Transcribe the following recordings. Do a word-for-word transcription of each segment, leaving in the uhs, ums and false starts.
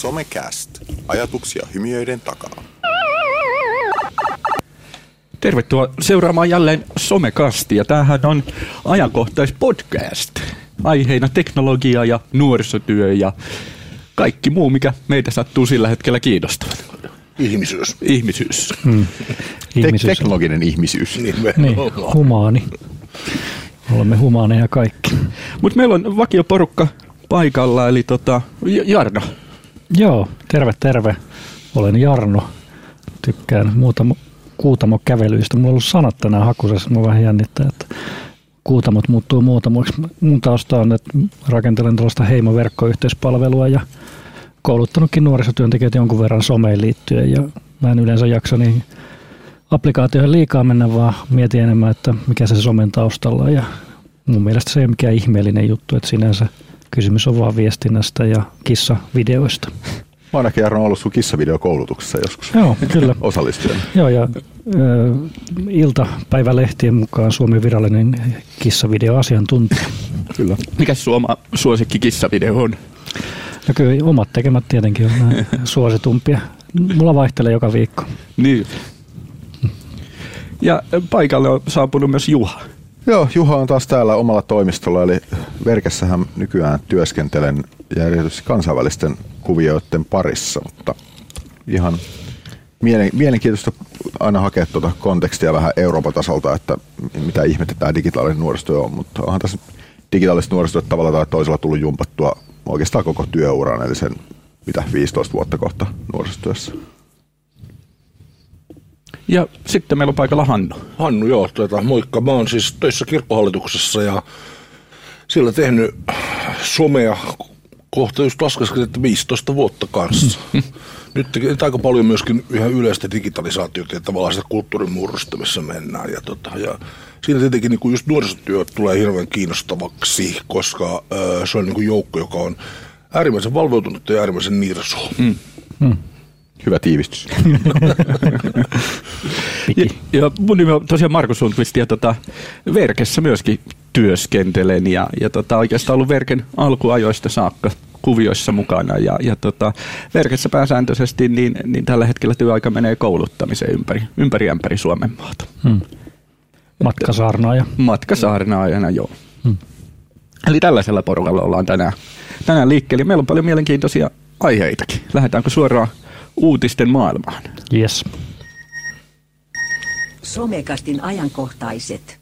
Somecast. Ajatuksia hymiöiden takaa. Tervetuloa seuraamaan jälleen Somecastia. Tämähän on ajankohtaispodcast. Aiheina teknologia ja nuorisotyö ja kaikki muu, mikä meitä sattuu sillä hetkellä kiinnostavat. Ihmisyys. Ihmisyys. Hmm. Ihmisyys. Te- teknologinen ihmisyys. Niin, humaani. Olemme humaaneja kaikki. Mutta meillä on vakioporukka paikalla, eli tota, Jarno. Joo, terve terve. Olen Jarno. Tykkään muutama kuutamokävelyistä. Mulla on ollut sanat tänään hakusessa. Mua vähän jännittää, että kuutamot muuttuu muutamoiksi. Mun tausta on, että rakentelen tuollaista heimoverkkoyhteispalvelua ja kouluttanutkin nuorisotyöntekijät jonkun verran someen liittyen. Ja mä en yleensä jaksa niihin applikaatioihin liikaa mennä, vaan mietin enemmän, että mikä se somen taustalla. Ja mun mielestä se ei ole mikään ihmeellinen juttu, että sinänsä kysymys on vaan viestinnästä ja kissavideoista. Mä oon näkin ollut sun kissavideokoulutuksessa joskus. Joo, kyllä. Osallistujana. Joo, ja ö, iltapäivälehtien mukaan Suomen virallinen kissavideoasiantuntija. Kyllä. Mikäs Suoma suosikki kissavideo on? No kyllä omat tekemät tietenkin on suositumpia. Mulla vaihtelee joka viikko. Niin. Ja paikalle on saapunut myös Juha. Joo, Juha on taas täällä omalla toimistolla, eli Verkessähän nykyään työskentelen ja erityisesti kansainvälisten kuvioiden parissa, mutta ihan mielenkiintoista aina hakea tuota kontekstia vähän Euroopan tasolta, että mitä ihmettä tämä digitaalinen nuorisotyö on, mutta onhan tässä digitaaliset nuorisotyöt tavalla tai toisella tullut jumpattua oikeastaan koko työuran, eli sen mitä viisitoista vuotta kohta nuorisotyössä. Ja sitten meillä on paikalla Hannu. Hannu, joo. Tuota, moikka. Mä oon siis töissä kirkkohallituksessa ja siellä tehnyt somea kohta just laskeskin, että viisitoista vuotta kanssa. Nyt tekee aika paljon myöskin ihan yleistä digitalisaatiota ja tavallaan sitä kulttuurin murrosta, missä mennään. Ja, tota, ja siinä tietenkin niin just nuorisotyö tulee hirveän kiinnostavaksi, koska ö, se on niin kuin joukko, joka on äärimmäisen valveutunut ja äärimmäisen nirsu. Mm. Mm. Hyvä tiivistys. ja, ja mun nimi on tosiaan Markus Sundqvist ja tota, Verkessä myöskin työskentelen ja, ja tota, oikeastaan ollut Verken alkuajoista saakka kuvioissa mukana ja, ja tota, Verkessä pääsääntöisesti niin, niin tällä hetkellä työaika menee kouluttamiseen ympäri, ympäri ämpäri Suomen maata. Hmm. Matkasaarnaaja. Matkasaarnaajana, joo. Hmm. Eli tällaisella porukalla ollaan tänään, tänään liikkeellä. Meillä on paljon mielenkiintoisia aiheitakin. Lähdetäänkö suoraan uutisten maailmaan? Yes. Somecastin ajankohtaiset.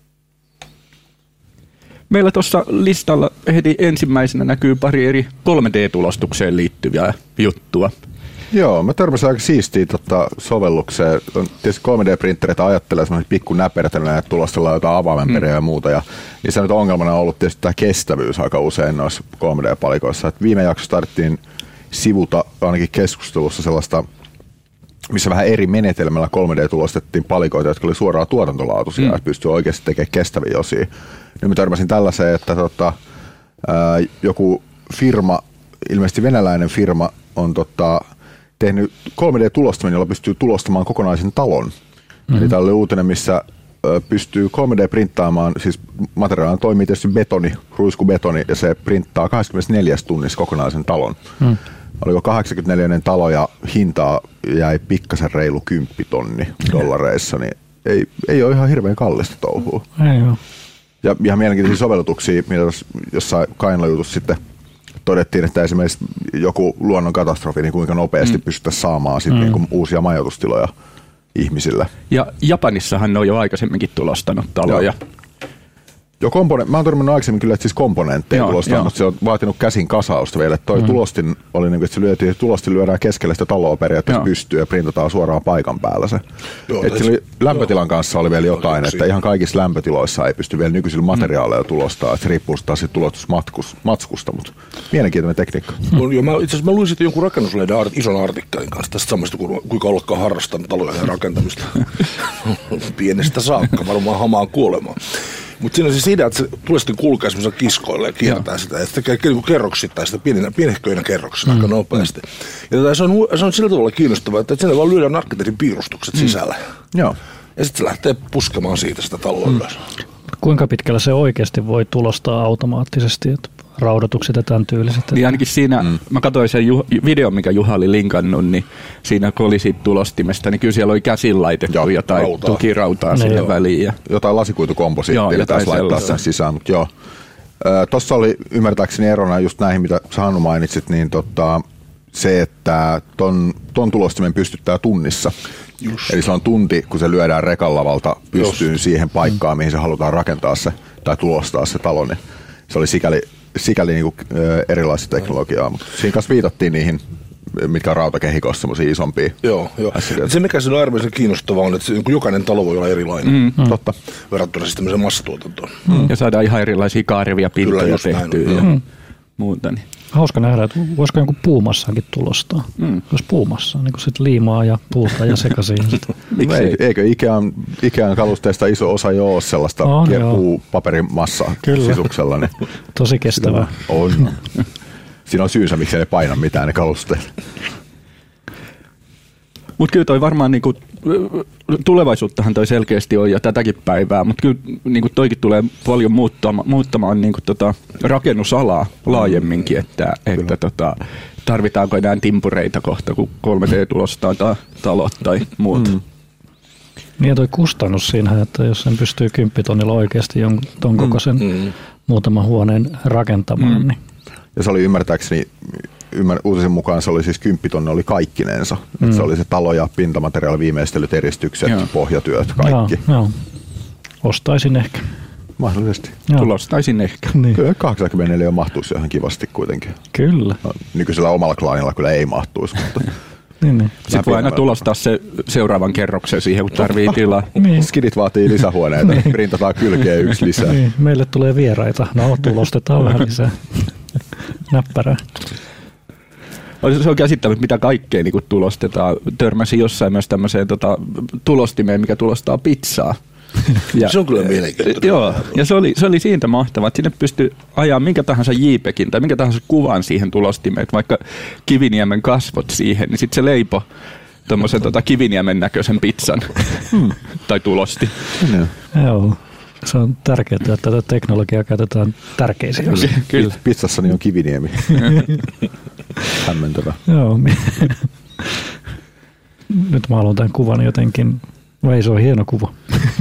Meillä tuossa listalla heti ensimmäisenä näkyy pari eri kolme D-tulostukseen liittyviä juttua. Joo, mä törmäsin aika siistiin tota sovellukseen. Tietysti kolme D-printtereitä ajattelee semmoiset pikku näperät, että tulostellaan jotain avaimenperiä mm. ja muuta. Ja niissä nyt ongelmana on ollut tietysti tämä kestävyys aika usein noissa kolme D-palikoissa. Et viime jaksossa tarvittiin sivuta ainakin keskustelussa sellaista, missä vähän eri menetelmällä kolme D-tulostettiin palikoita, jotka oli suoraan tuotantolaatuisia, mm. että pystyy oikeasti tekemään kestäviä osia. Nyt mä törmäsin tällaiseen, että tota, ää, joku firma, ilmeisesti venäläinen firma, on tota, tehnyt kolme D-tulostaminen, jolla pystyy tulostamaan kokonaisen talon. Mm-hmm. Eli täällä oli uutinen, missä ä, pystyy kolme D-printtaamaan, siis materiaalina toimii tietysti betoni, ruiskubetoni, ja se printtaa kaksikymmentäneljä tunnissa kokonaisen talon. Mm. Oliko kahdeksankymmentäneljä talo ja hintaa jäi pikkasen reilu kymppitonni dollareissa, niin ei, ei ole ihan hirveän kallista touhua. Ei ole. Ja ihan mielenkiintoisia sovellutuksia, mitä jossain Kainala-jutussa sitten todettiin, että esimerkiksi joku luonnonkatastrofi, niin kuinka nopeasti mm. pystyttäisiin saamaan sit mm. niin kuin uusia majoitustiloja ihmisille. Ja Japanissahan ne on jo aikaisemminkin tulostanut taloja. Joo. Jo kompone- Mä oon törmännyt aikaisemmin kyllä, että siis komponentteja tulostaa, mutta se on vaatinut käsin kasausta vielä. Toi mm. tulostin oli niin kuin, että se lyötiin, tulostin lyödään keskelle sitä taloa periaatteessa pystyy ja printataan suoraan paikan päällä se. Joo, et oli, lämpötilan kanssa oli vielä jotain, että ihan kaikissa lämpötiloissa ei pysty vielä nykyisillä materiaaleilla tulostaa. Että se riippuu taas siitä tulostusmatskusta, mutta mielenkiintoinen tekniikka. Mm. Joo, mä, itse asiassa mä luin sitten jonkun rakennuslehden art, ison artikkelin kanssa tästä samasta, kuinka ollakaan harrastanut taloja ja rakentamista. Pienestä saakka, varmaan hamaan kuolemaan. Mutta siinä on siis idea, että se tulee sitten kulkea semmoisella kiskoilla ja kiertää sitä. Ja sitten tekee kerroksittain sitä pienenä, pienehköinä kerroksena mm. aika nopeasti. Ja se on, se on sillä tavalla kiinnostavaa, että sinne vaan lyödään arkkitehdin piirustukset mm. sisällä. Joo. Ja sitten se lähtee puskemaan siitä sitä taloa mm. ylös. Kuinka pitkällä se oikeasti voi tulostaa automaattisesti? raudoitukset ja tämän tyyliset. Niin ainakin siinä, mm. mä katsoin sen Juh- videon, mikä Juha oli linkannut, niin siinä kun oli siitä tulostimesta, niin kyllä siellä oli käsin laitettu joo, jotain rautaa. tukirautaa sinne joo. väliin. Ja jotain lasikuitukomposiittia taisi laittaa sen sisään, mutta joo. Tuossa oli ymmärtääkseni erona just näihin, mitä sä Hannu mainitsit, niin tota, se, että ton, ton tulostimen pystyttää tunnissa. Just. Eli se on tunti, kun se lyödään rekalavalta pystyyn just. siihen paikkaan, mihin se halutaan rakentaa se tai tulostaa se talo. Niin se oli sikäli, sikäli niinku, erilaista teknologiaa, mutta siinä kanssa viitattiin niihin, mitkä on rautakehikossa, semmoisia isompia. Joo, joo. Se mikä siinä on äärimmäisen kiinnostavaa on, että se, jokainen talo voi olla erilainen. Mm, mm. Totta. Verrattuna siis tämmöiseen massatuotantoon. Mm. Ja saadaan ihan erilaisia kaarevia pintoja tehtyä ja mm. muuta. Niin. Hauska nähdä, että voisiko jonkun puumassaankin tulostaa. Mm. Jos puumassa, niin kuin sit liimaa ja puuta ja sekaisin. Ei, eikö Ikean, Ikean kalusteesta iso osa jo ole sellaista oh, puupaperimassaa sisuksella? Niin tosi kestävää. On. Siinä on syynsä, miksi ne paina mitään ne kalusteet. Mutta kyllä toi varmaan niinku, tulevaisuuttahan toi selkeästi on ja tätäkin päivää, mutta kyllä niinku toikin tulee paljon muuttama, muuttamaan niinku tota rakennusalaa laajemminkin, että, että tota, tarvitaanko enää timpureita kohta, kun kolme D-tulostaa ta- talot tai muut. Mm. Niin ja toi kustannus siinä, että jos sen pystyy kymppitonnilla oikeasti jonkun kokoisen mm. muutaman huoneen rakentamaan, mm. niin ja se oli ymmärtääkseni, ymmär, uutisen mukaan se oli siis kymppitonni oli kaikkinensa. Mm. Se oli se talo- ja pintamateriaali, viimeistelyt, eristykset, joo. pohjatyöt, kaikki. Joo, joo. Ostaisin ehkä. Mahdollisesti. Tulostaisin ehkä. Niin. Kyllä kahdeksankymmentäneljä mahtuisi ihan kivasti kuitenkin. Kyllä. No, nykyisellä omalla klaanilla kyllä ei mahtuisi, mutta niin, niin. Sitten voi aina tulostaa se seuraavan kerroksen siihen, kun tarvii tilaa. Niin. Skidit vaatii lisähuoneita, niin. Printataan kylkeen yksi lisää. Niin. Meille tulee vieraita, no tulostetaan vähän lisää. Näppärää. Se on käsittämättä, mitä kaikkea niin tulostetaan. Törmäsin jossain myös tämmöiseen tota, tulostimeen, mikä tulostaa pizzaa. Ja, se on kyllä mielenkiintoinen. Joo, ja se oli, se oli siitä mahtavaa, että sinne pystyi ajaa minkä tahansa JPEGin tai minkä tahansa kuvan siihen tulostimeen, vaikka Kiviniemen kasvot siihen, niin sitten se leipo tuommoisen tota, Kiviniemen näköisen pizzan tai tulosti. Joo. Se on tärkeää, että tätä teknologiaa käytetään tärkeisiin. Kyllä. Kyllä. Pizzassani on Kiviniemi. Hämmentävä. Joo. Nyt mä haluan tämän kuvan jotenkin. Vai se on hieno kuva.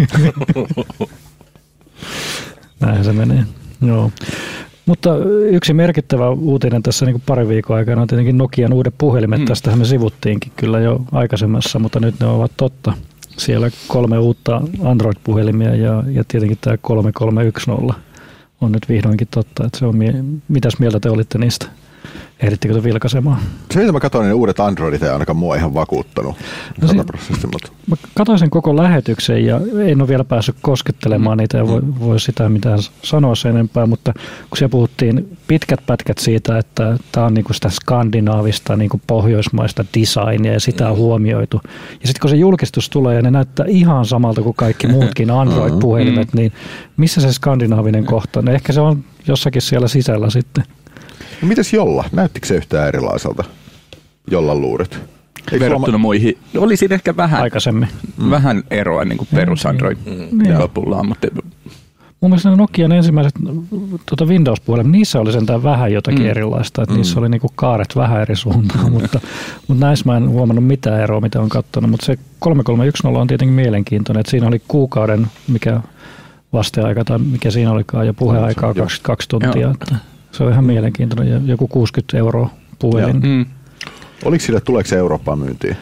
Näin se menee. Joo. Mutta yksi merkittävä uutinen tässä niin kuin pari viikon aikana on tietenkin Nokian uudet puhelimet. Mm. Tästähän me sivuttiinkin kyllä jo aikaisemmassa, mutta nyt ne ovat totta. Siellä kolme uutta Android-puhelimia ja, ja tietenkin tämä kolme kolme yksi nolla on nyt vihdoinkin totta. Että se on mie- Mitäs mieltä te olitte niistä? Ehdittekö te vilkaisemaan? Se, mitä mä katsoin, niin uudet Androidit ei ainakaan mua ihan vakuuttanut. No si- mutta. Mä katsoin sen koko lähetyksen ja en ole vielä päässyt koskettelemaan niitä ja voi, voi sitä mitään sanoa sen enempää, mutta kun siellä puhuttiin pitkät pätkät siitä, että tämä on niinku sitä skandinaavista, niinku pohjoismaista designia ja sitä on huomioitu. Ja sitten kun se julkistus tulee ja ne näyttää ihan samalta kuin kaikki muutkin Android-puhelimet, niin missä se skandinaavinen kohta? No ehkä se on jossakin siellä sisällä sitten. No mites Jolla? Näyttikö se yhtään erilaiselta? Jollan luuret. Verrattuna muihin. Oli siinä ehkä vähän, aikaisemmin. vähän eroa niin kuin perus Android mm. lopullaan, mutta mun mielestä Nokian ensimmäiset tuota Windows-puhelimet, niissä oli sentään vähän jotakin mm. erilaista, että mm. niissä oli niinku kaaret vähän eri suuntaan, mutta, mutta näissä mä en huomannut mitään eroa, mitä on katsonut, mutta se kolme kolme yksi nolla on tietenkin mielenkiintoinen, että siinä oli kuukauden, mikä vasteaika tai mikä siinä olikaan, ja puheaikaa kaksikymmentäkaksi tuntia, että se on ihan mielenkiintoinen ja joku kuusikymmentä euroa puhelin. Mm. Oliko sille, tuleeko se Eurooppaan myyntiin?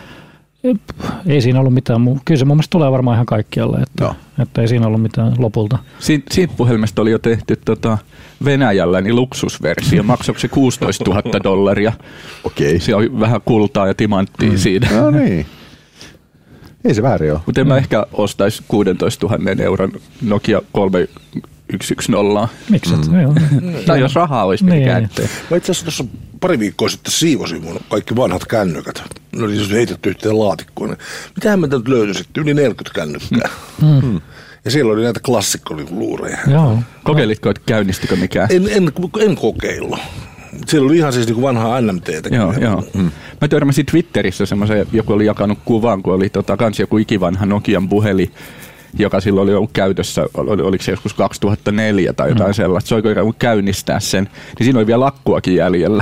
Ei siinä ollut mitään muu. Kyllä se mun mielestä tulee varmaan ihan kaikkialle, että, no. että ei siinä ollut mitään lopulta. Siit, siitä puhelimesta oli jo tehty tota Venäjällä niin luksusversio. Maksoiko se kuusitoistatuhatta dollaria? Okei. Se oli vähän kultaa ja timanttia mm. siinä. No niin. Ei se väärin ole. Mutta en mä ehkä ostaisi kuusitoistatuhatta euron Nokia kolme yksi yksi nolla. Miksi et? Mm. Tai jos rahaa olisi niin. käyttää. Mä itse asiassa tuossa pari viikkoa sitten siivosin mun kaikki vanhat kännykät. Ne oli siis heitetty yhteen laatikkoon. Mitähän mä nyt löytyisin? Yli neljäkymmentä kännykkää. Mm. Ja siellä oli näitä klassikkoluureja. Joo. Kokeilitko, että käynnistikö mikään? En, en, en kokeillut. Siellä oli ihan siis niin kuin vanhaa N M T:tä. Joo, joo. Mm. Mä törmäsin Twitterissä semmoisen, joku oli jakanut kuvan, kun oli tota, kans joku ikivanha Nokian puhelin. joka silloin oli ollut käytössä, oli, oliko se joskus kaksituhattaneljä tai jotain mm. sellaista, se oli ikään kuin käynnistää sen, niin siinä oli vielä lakkuakin jäljellä.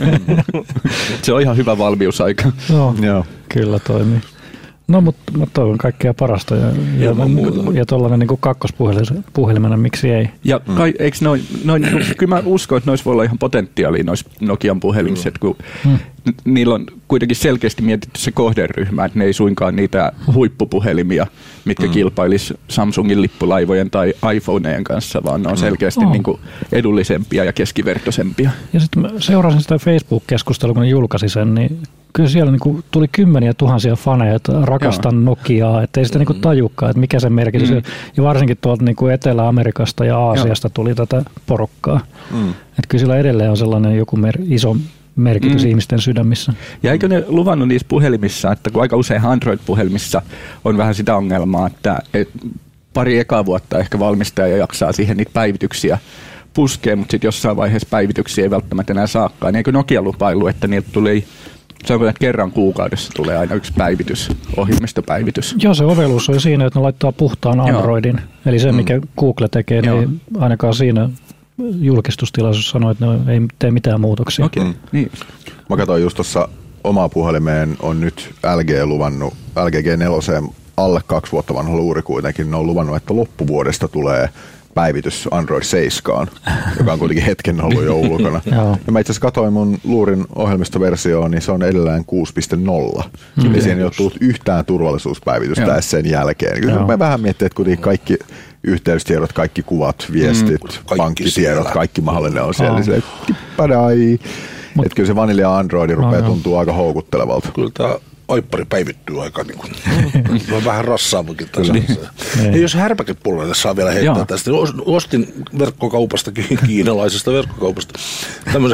Se on ihan hyvä valmiusaika. No, joo. Kyllä toimii. No, mutta mä toivon kaikkea parasta ja, ja, ja tuollainen niin kakkospuhelimena, miksi ei. Ja kai, eikö noin, noin, kyllä mä uskon, että noissa voi olla ihan potentiaalia noissa Nokian puhelimissa, että kun hmm. niillä on kuitenkin selkeästi mietitty se kohderyhmä, että ne ei suinkaan niitä huippupuhelimia, mitkä hmm. kilpailisi Samsungin lippulaivojen tai iPhonejen kanssa, vaan ne on selkeästi oh. niin kuin edullisempia ja keskivertoisempia. Ja sitten mä seurasin sitä Facebook-keskustelua, kun ne julkaisi sen, niin kyllä siellä niinku tuli kymmeniä tuhansia faneja, että rakastan Joo. Nokiaa, ettei sitä niinku tajukaan, että mikä sen merkitys on. Mm. Ja varsinkin tuolta niinku Etelä-Amerikasta ja Aasiasta Joo. tuli tätä porukkaa. Mm. Että kyllä sillä edelleen on sellainen joku mer- iso merkitys mm. ihmisten sydämissä. Ja eikö ne luvannut niissä puhelimissa, että kun aika usein Android-puhelimissa on vähän sitä ongelmaa, että et pari ekaa vuotta ehkä valmistaja jaksaa siihen niitä päivityksiä puskea, mutta sitten jossain vaiheessa päivityksiä ei välttämättä enää saakaan. Niin eikö Nokia lupailu, että niiltä tuli sanotaan, että kerran kuukaudessa tulee aina yksi päivitys, ohjelmistopäivitys. Joo, se ovelluus on siinä, että ne laittaa puhtaan Androidin. Joo. Eli se, mikä mm. Google tekee, niin ainakaan siinä julkistustilaisuus sanoo, että ne ei tee mitään muutoksia. Okei, okay. mm. niin. Mä katsoin just tuossa omaa puhelimeen on nyt L G luvannut, L G G neljä alle kaksi vuotta vanha luuri kuitenkin, ne on luvannut, että loppuvuodesta tulee päivitys Android seitsemään, joka on kuitenkin hetken ollut jo ulkona. Ja mä itse asiassa katsoin mun luurin ohjelmistoversioon, niin se on edelleen kuusi piste nolla. Mm. Eli siihen ei ole tullut yhtään turvallisuuspäivitystä Joo. sen jälkeen. Kyllä mä vähän miettii, että kuitenkin kaikki yhteystiedot, kaikki kuvat, viestit, mm. pankkitiedot, kaikki mahdollinen on siellä. Niin tippadai. Että kyllä se vanilja Androidi rupeaa tuntua aika houkuttelevalta. Kyllä tämä aippari päivittyy aika niin kuin, vähän rassaavakin tässä. Ja jos härpäkepuolelle saa vielä heittää Joo. tästä, niin ostin verkkokaupasta, kiinalaisesta verkkokaupasta, tämmöisen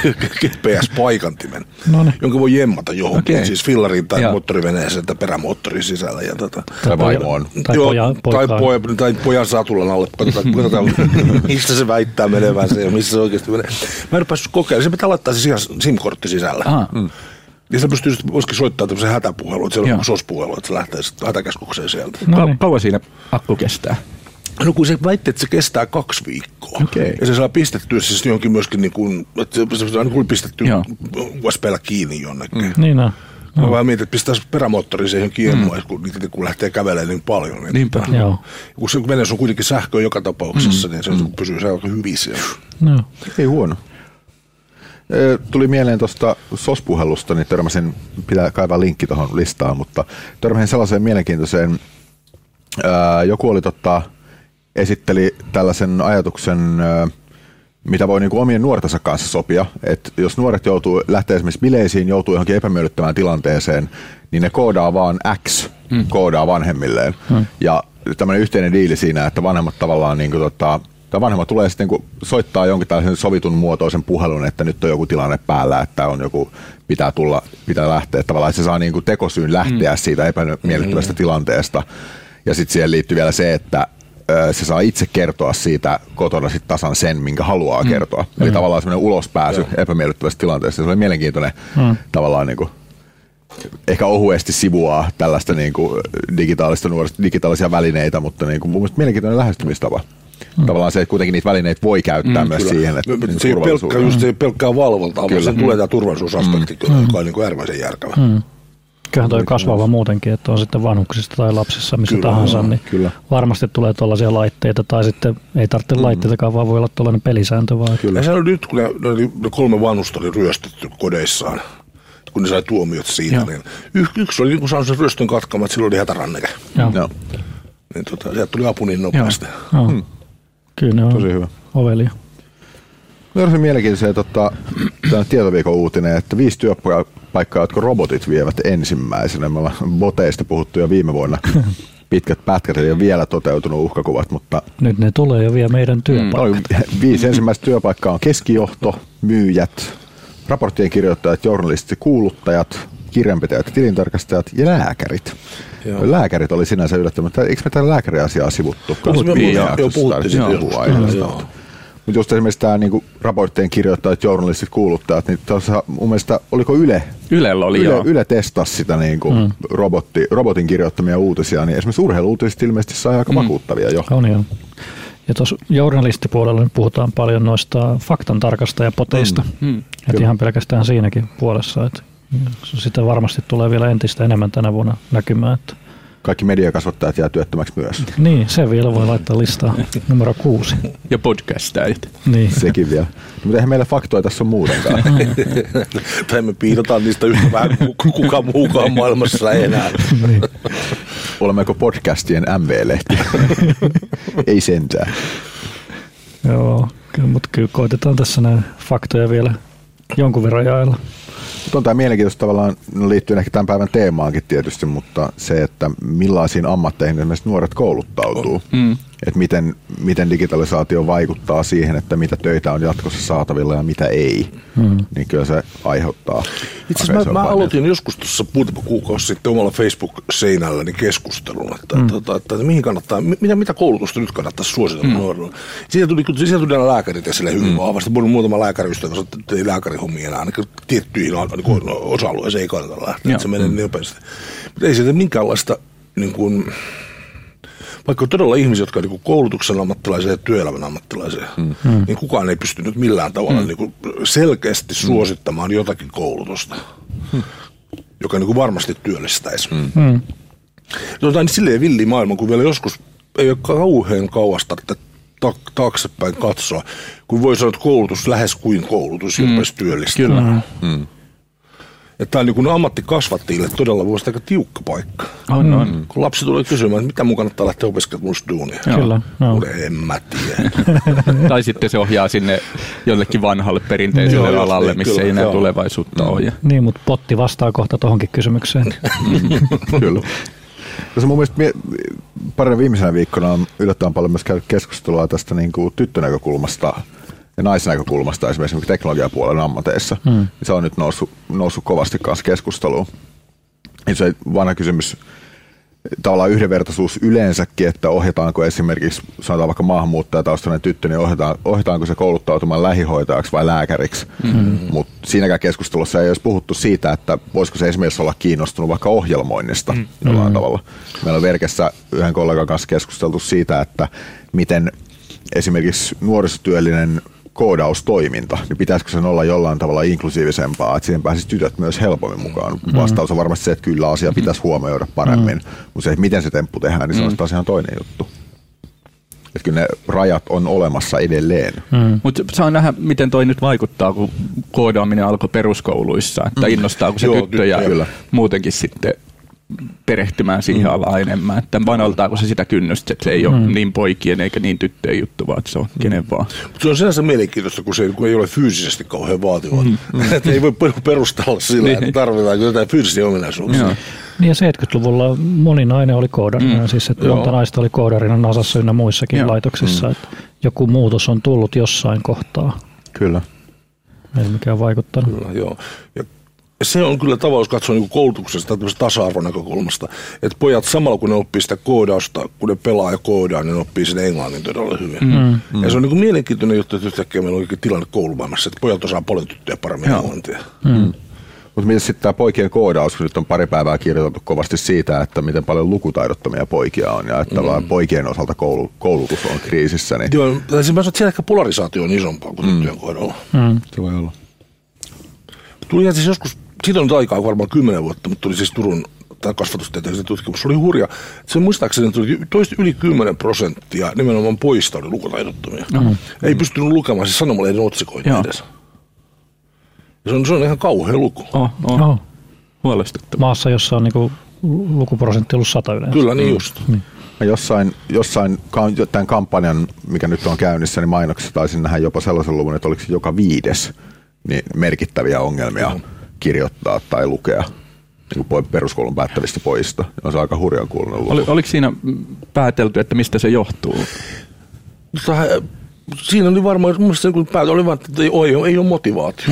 G P S-paikantimen, Noniin. jonka voi jemmata johonkin, okay. siis fillariin tai Joo. moottoriveneeseen tai perämoottorin sisällä. Ja tota, tai vaimoon. Tai, Joo, pojan, tai, poja, tai pojan satulan alle. Katsotaan, katsotaan mistä se väittää menevänsä ja missä se oikeasti menee. Mä en ole päässyt kokeilemaan. Se pitää laittaa siis ihan SIM-kortti sisällä. Mm. Ja se pystyy myöskin soittamaan tämmöisen hätäpuhelun, että siellä on S O S-puhelu, että se lähtee hätäkeskukseen sieltä. No niin. Kauan siinä akku kestää? No kun se väitti, että se kestää kaksi viikkoa. Okay. Ja se saa pistettyä siis johonkin myöskin, niin kuin, että se on niin pistetty U S B:llä kiinni jonnekin. Mm. Niin on. Mä vaan mietin, että pistäisi perämoottori siihen kiemuun, mm. kun, kun lähtee kävelemään niin paljon. Niin Niinpä. Tota, Joo. Kun se veneessä on kuitenkin sähköä joka tapauksessa, mm. niin se mm. pysyy se aika hyvin siellä. No. Ei huono. Tuli mieleen tuosta S O S-puhelusta, niin törmäsin, pitää kaivaa linkki tuohon listaan, mutta törmäsin sellaiseen mielenkiintoiseen, ää, joku oli totta, esitteli tällaisen ajatuksen, ää, mitä voi niinku omien nuortensa kanssa sopia, että jos nuoret joutuu, lähtee esimerkiksi bileisiin, joutuu johonkin epämiellyttävään tilanteeseen, niin ne koodaa vaan X, hmm. koodaa vanhemmilleen. Hmm. Ja tämmöinen yhteinen diili siinä, että vanhemmat tavallaan niinku tota, tai vanhemmat tulee sitten kun soittaa jonkin tällaisen sovitun muotoisen puhelun, että nyt on joku tilanne päällä, että on joku, pitää tulla, pitää lähteä. Tavallaan, että se saa niin kuin tekosyyn lähteä mm. siitä epämiellyttävästä mm. tilanteesta. Ja sitten siihen liittyy vielä se, että ö, se saa itse kertoa siitä kotona sit tasan sen, minkä haluaa mm. kertoa. Eli mm. tavallaan semmoinen ulospääsy Joo. epämiellyttävästä tilanteesta. Se oli mielenkiintoinen mm. tavallaan niin kuin, ehkä ohuesti sivuaa tällaista niin kuin digitaalista nuorista, digitaalisia välineitä, mutta niin kuin, mun mielestä mielenkiintoinen lähestymistapa. Mm. Tavallaan se, että kuitenkin niitä välineitä voi käyttää mm, myös kyllä. siihen, että se ei pelkkää, just se ei pelkkää valvontaa, vaan sen tulee tämä turvallisuusaspekti, mm. joka on niin kuin äärimmäisen järkevä. Mm. Kyllähän toi kasvava muutenkin, että on sitten vanhuksista tai lapsissa missä kyllä, tahansa, niin kyllä. varmasti tulee tuollaisia laitteita, tai sitten ei tarvitse mm. laitteitakaan, vaan voi olla tuollainen pelisääntö vaan. Kyllä. Ja se oli nyt, kun ne, ne kolme vanhusta oli ryöstetty kodeissaan, kun ne sai tuomiot siitä, Joo. niin y- yksi oli niin kuin saanut sen ryöstön katkamaan, että sillä oli hätäranneke. Joo. Niin tota, sieltä tuli apu niin nopeasti. Joo. Hmm. Kyllä ne on tosi hyvä. Ovelia. Myös mielenkiintoinen tota, tietoviikon uutinen, että viisi työpaikkaa, jotka robotit vievät ensimmäisenä. Me ollaan boteista puhuttu jo viime vuonna. Pitkät pätkät ei ole vielä toteutunut uhkakuvat, mutta nyt ne tulee jo vielä meidän työpaikkaa. Mm. Viisi ensimmäistä työpaikkaa on keskijohto, myyjät, raporttien kirjoittajat, journalistit, kuuluttajat, kirjanpitäjät, tilintarkastajat ja lääkärit. Joo. Lääkärit oli sinänsä yllättävää. Eikö me tällä lääkäriasiaa sivuttu? Puhuttiin, joo, joo, puhuttiin. Mutta just esimerkiksi tämä niinku, raporttien kirjoittajat, journalistit, kuuluttajat, niin tuossa mun mielestä, oliko Yle Ylellä oli, Yle, joo. Yle testasi sitä niin kuin mm. robotti, robotin kirjoittamia uutisia, niin esimerkiksi urheilu-uutiset ilmeisesti sai aika mm. vakuuttavia jo. On joo. Ja tuossa journalistipuolella nyt puhutaan paljon noista faktan tarkastajapoteista. Mm. Mm. Että ihan pelkästään siinäkin puolessa, että sitä varmasti tulee vielä entistä enemmän tänä vuonna näkymään. Että kaikki mediakasvattajat jää työttömäksi myös. Niin, se vielä voi laittaa listaa numero kuusi. Ja podcastajat. Niin. Sekin vielä. Mutta eihän meillä faktoja tässä on muutenkaan. Tai me piilotaan niistä yhtä vähän kuin kuka muukaan maailmassa enää. Niin. Olemmeko podcastien M V-lehti? Ei sentään. Joo, mutta kyllä koitetaan tässä näin faktoja vielä jonkun verran jaella. Mutta on tämä mielenkiintoista tavallaan, no liittyen ehkä tämän päivän teemaankin tietysti, mutta se, että millaisiin ammatteihin esimerkiksi nuoret kouluttautuu. Mm. Että miten, miten digitalisaatio vaikuttaa siihen, että mitä töitä on jatkossa saatavilla ja mitä ei. Mm. Niin kyllä se aiheuttaa. Itse asiassa mä, mä aloitin joskus tuossa muutama kuukausi sitten omalla Facebook-seinälläni keskustelun, että, mm. että, että, että mihin kannattaa, mitä, mitä koulutusta nyt kannattaisi suositella mm. nuorille. Siitä tuli, siitä tuli aina lääkärit esille hyvin mm. vahvasti. Muutama lääkäriystävä sanoi, että ei lääkärihommia enää ainakin tiettyihin niin osa-alueisiin ei kannata lähteä, että se menee niin nopeasti. Mutta ei siitä minkäänlaista niin kuin, vaikka on todella ihmisiä, jotka on niin koulutuksen ammattilaisia ja työelämän ammattilaisia, mm. niin kukaan ei pysty nyt millään tavalla mm. niin selkeästi suosittamaan mm. jotakin koulutusta, mm. joka niin varmasti työllistäisi. Mm. Mm. Jotain silleen villi maailma, kun vielä joskus ei ole kauhean kauas tarvitse taaksepäin katsoa, kun voi sanoa, että koulutus lähes kuin koulutus, mm. joka työllistää. Kyllä. Mm. Että tämä on niin kuin ammattikasvattajille todella vuosi aika tiukka paikka. On, on. Kun lapsi tulee kysymään, että mitä mun kannattaa lähteä opiskelemaan musta duunia. Kyllä. No. En mä tiedä. Tai sitten se ohjaa sinne jollekin vanhalle perinteiselle joo, alalle, niin, missä kyllä, ei enää joo. tulevaisuutta ole. Ja. Niin, mutta potti vastaa kohta tuohonkin kysymykseen. Kyllä. Tässä mun mielestä parin viimeisenä viikkona on yllättävän paljon myös käynyt keskustelua tästä niin kuin tyttönäkökulmasta ja naisnäkökulmasta esimerkiksi teknologiapuolen ammateissa. Hmm. Se on nyt noussut, noussut kovasti kanssa keskusteluun. Ja se vanha kysymys, tavallaan yhdenvertaisuus yleensäkin, että ohjataanko esimerkiksi, sanotaan vaikka maahanmuuttajataustainen tyttö, niin ohjataan, ohjataanko se kouluttautumaan lähihoitajaksi vai lääkäriksi. Mm-hmm. Mutta siinäkään keskustelussa ei olisi puhuttu siitä, että voisiko se esimerkiksi olla kiinnostunut vaikka ohjelmoinnista mm-hmm. jollain tavalla. Meillä on Verkessä yhden kollegan kanssa keskusteltu siitä, että miten esimerkiksi nuorisotyöllinen koodaustoiminta, niin pitäisikö sen olla jollain tavalla inklusiivisempaa, että siihen pääsisi tytöt myös helpommin mukaan. Vastaus on varmasti se, että kyllä asia pitäisi huomioida paremmin, mm. mutta se, että miten se temppu tehdään, niin se on taas ihan toinen juttu. Että kyllä ne rajat on olemassa edelleen. Mm. Mutta saa nähdä, miten toi nyt vaikuttaa, kun koodaaminen alkoi peruskouluissa, että innostaako se Joo, tyttöjä kyllä. muutenkin sitten perehtymään siihen mm. alaan enemmän, että vanoltaako se sitä kynnystä, että se ei ole mm. niin poikien eikä niin tyttöjen juttu, vaan että se on mm. kenen vaan. Mutta se on sinänsä mielenkiintoista, kun se kun ei ole fyysisesti kauhean vaativaa. Mm. Että ei voi perustella sillä, niin. että tarvitaanko jotain fyysisiä ominaisuuksia. Joo. Niin ja seitsemänkymmentäluvulla moni nainen oli koodarina, mm. siis että monta naista oli koodarina Nasassa ynnä muissakin Joo. laitoksissa, mm. että joku muutos on tullut jossain kohtaa. Kyllä. Ei mikään vaikuttanut. Kyllä, joo. Ja se on kyllä tavallaan, jos katsoo niin koulutuksesta tasa-arvon näkökulmasta, että pojat samalla kun ne oppii sitä koodausta, kun ne pelaa ja koodaa, niin ne oppii sen englannin todella hyvin. Mm. Mm. Ja se on niin mielenkiintoinen juttu, että yhtäkkiä meillä on tilanne koulumaailmassa, että pojat osaa paljon tyttöjä paremmin Joo. englantia. Mm. Mutta miten sitten tämä poikien koodaus, kun nyt on pari päivää kirjoitettu kovasti siitä, että miten paljon lukutaidottomia poikia on ja että mm. poikien osalta koulu, koulutus on kriisissä. Niin Joo, tai siis mä sanon, että siellä ehkä polarisaatio on isompaa kuin mm. tyttöjen kohdalla. Mm. Se voi olla. Tuli siis joskus, siitä on nyt aikaa varmaan kymmenen vuotta, mutta tuli siis Turun kasvatustieteellisen tutkimus. Se oli hurja. Se muistaakseni tuli toista yli kymmenen prosenttia nimenomaan poista oli lukutaidottomia. Mm. Ei pystynyt lukemaan siis sanomalehden otsikoita edes. Se on, se on ihan kauhea luku. Oh, oh. Oh. Huolestuttava. Maassa, jossa on niinku lukuprosentti ollut sata yleensä. Kyllä, niin just. Mm. Jossain, jossain tämän kampanjan, mikä nyt on käynnissä, niin mainoksessa taisin nähdä jopa sellaisen luvun, että oliko joka viides niin merkittäviä ongelmia mm. kirjoittaa tai lukea niin peruskoulun päättävistä pojista. On se aika hurjan kuulunen luku. Oli, oliko siinä päätelty, että mistä se johtuu? Tähän, siinä oli varmaan, mun mielestä kun päätä oli vaan, että ei ole, ei ole motivaatio. Joo.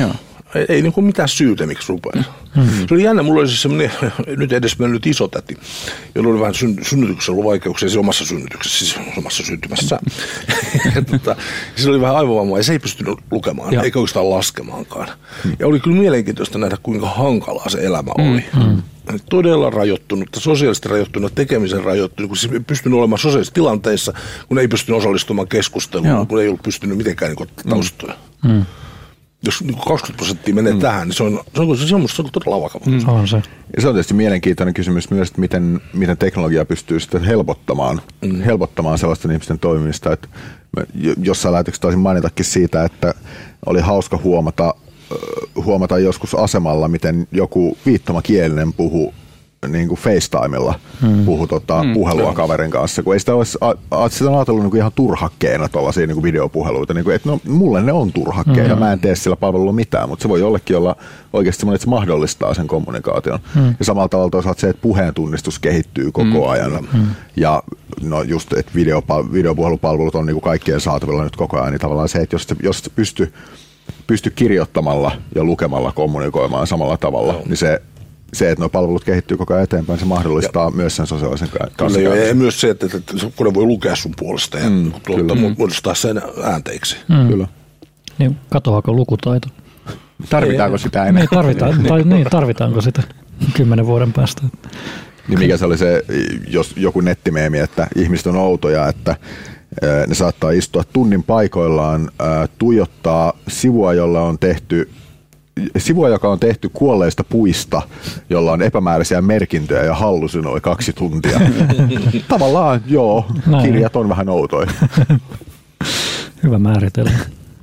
Ei, ei niin kuin mitään syytä, miksi rupeaa. Hmm. Se oli jännä, mulla oli siis semmoinen nyt edes mennyt isotäti, jolla oli vähän syn, synnytyksessä ollut vaikeuksia, siis omassa synnytyksessä, siis omassa syntymässä. ja, tota, se oli vähän aivovammaa ja se ei pystynyt lukemaan, ja. eikä oikeastaan laskemaankaan. Hmm. Ja oli kyllä mielenkiintoista nähdä, kuinka hankalaa se elämä oli. Hmm. Todella rajoittunut, sosiaalisesti rajoittunut, tekemisen rajoittunut, kun siis ei pystynyt olemaan sosiaalisissa tilanteissa, kun ei pystynyt osallistumaan keskusteluun, Joo. kun ei ollut pystynyt mitenkään niin taustoja. Hmm. Jos niin kaksikymmentä prosenttia menee mm. tähän, niin se on, se on, se on, se on todella vakava. Mm. On se. Ja se on tietysti mielenkiintoinen kysymys myös, että miten, miten teknologia pystyy sitten helpottamaan, mm. helpottamaan sellaisten ihmisten toimimista. Että jossain lähetyksessä taisin mainitakin siitä, että oli hauska huomata, huomata joskus asemalla, miten joku viittomakielinen puhuu niin kuin FaceTimella hmm. puhu tota, hmm. puhelua kaverin kanssa, kun ei sitä olisi a, sitä on ajatellut niin kuin ihan turhakkeena tuollaisia niin kuin videopuheluita, niin kuin, että no mulle ne on turhakkeja, hmm. mä en tee sillä palvelulla mitään, mutta se voi jollekin olla oikeasti semmoinen, että se mahdollistaa sen kommunikaation. Hmm. Ja samalla tavalla toisaalta se, että puheen tunnistus kehittyy koko hmm. ajan, hmm. ja no just, että video, videopuhelupalvelut on niin kuin kaikkien saatavilla nyt koko ajan, niin tavallaan se, että jos se, jos se pystyy pysty kirjoittamalla ja lukemalla kommunikoimaan samalla tavalla, hmm. niin se Se, että nuo palvelut kehittyy koko ajan eteenpäin, se mahdollistaa ja. myös sen sosiaalisen kanssa. Ja, ja myös se, että, että kone voi lukea sun puolesta ja mm, tuolta muodostaa sen äänteiksi. Mm. Kyllä. Niin, katoaako lukutaito? Tarvitaanko ei, sitä enää? Niin, tarvitaan, tai, niin, tarvitaanko sitä kymmenen vuoden päästä? Niin mikä se oli se, jos joku nettimeemi, että ihmiset on outoja, että ne saattaa istua tunnin paikoillaan, tuijottaa sivua, jolla on tehty Sivua, joka on tehty kuolleista puista, jolla on epämääräisiä merkintöjä ja hallusinoi kaksi tuntia. Tavallaan joo, Näin. kirjat on vähän outoja. Hyvä määritelmä.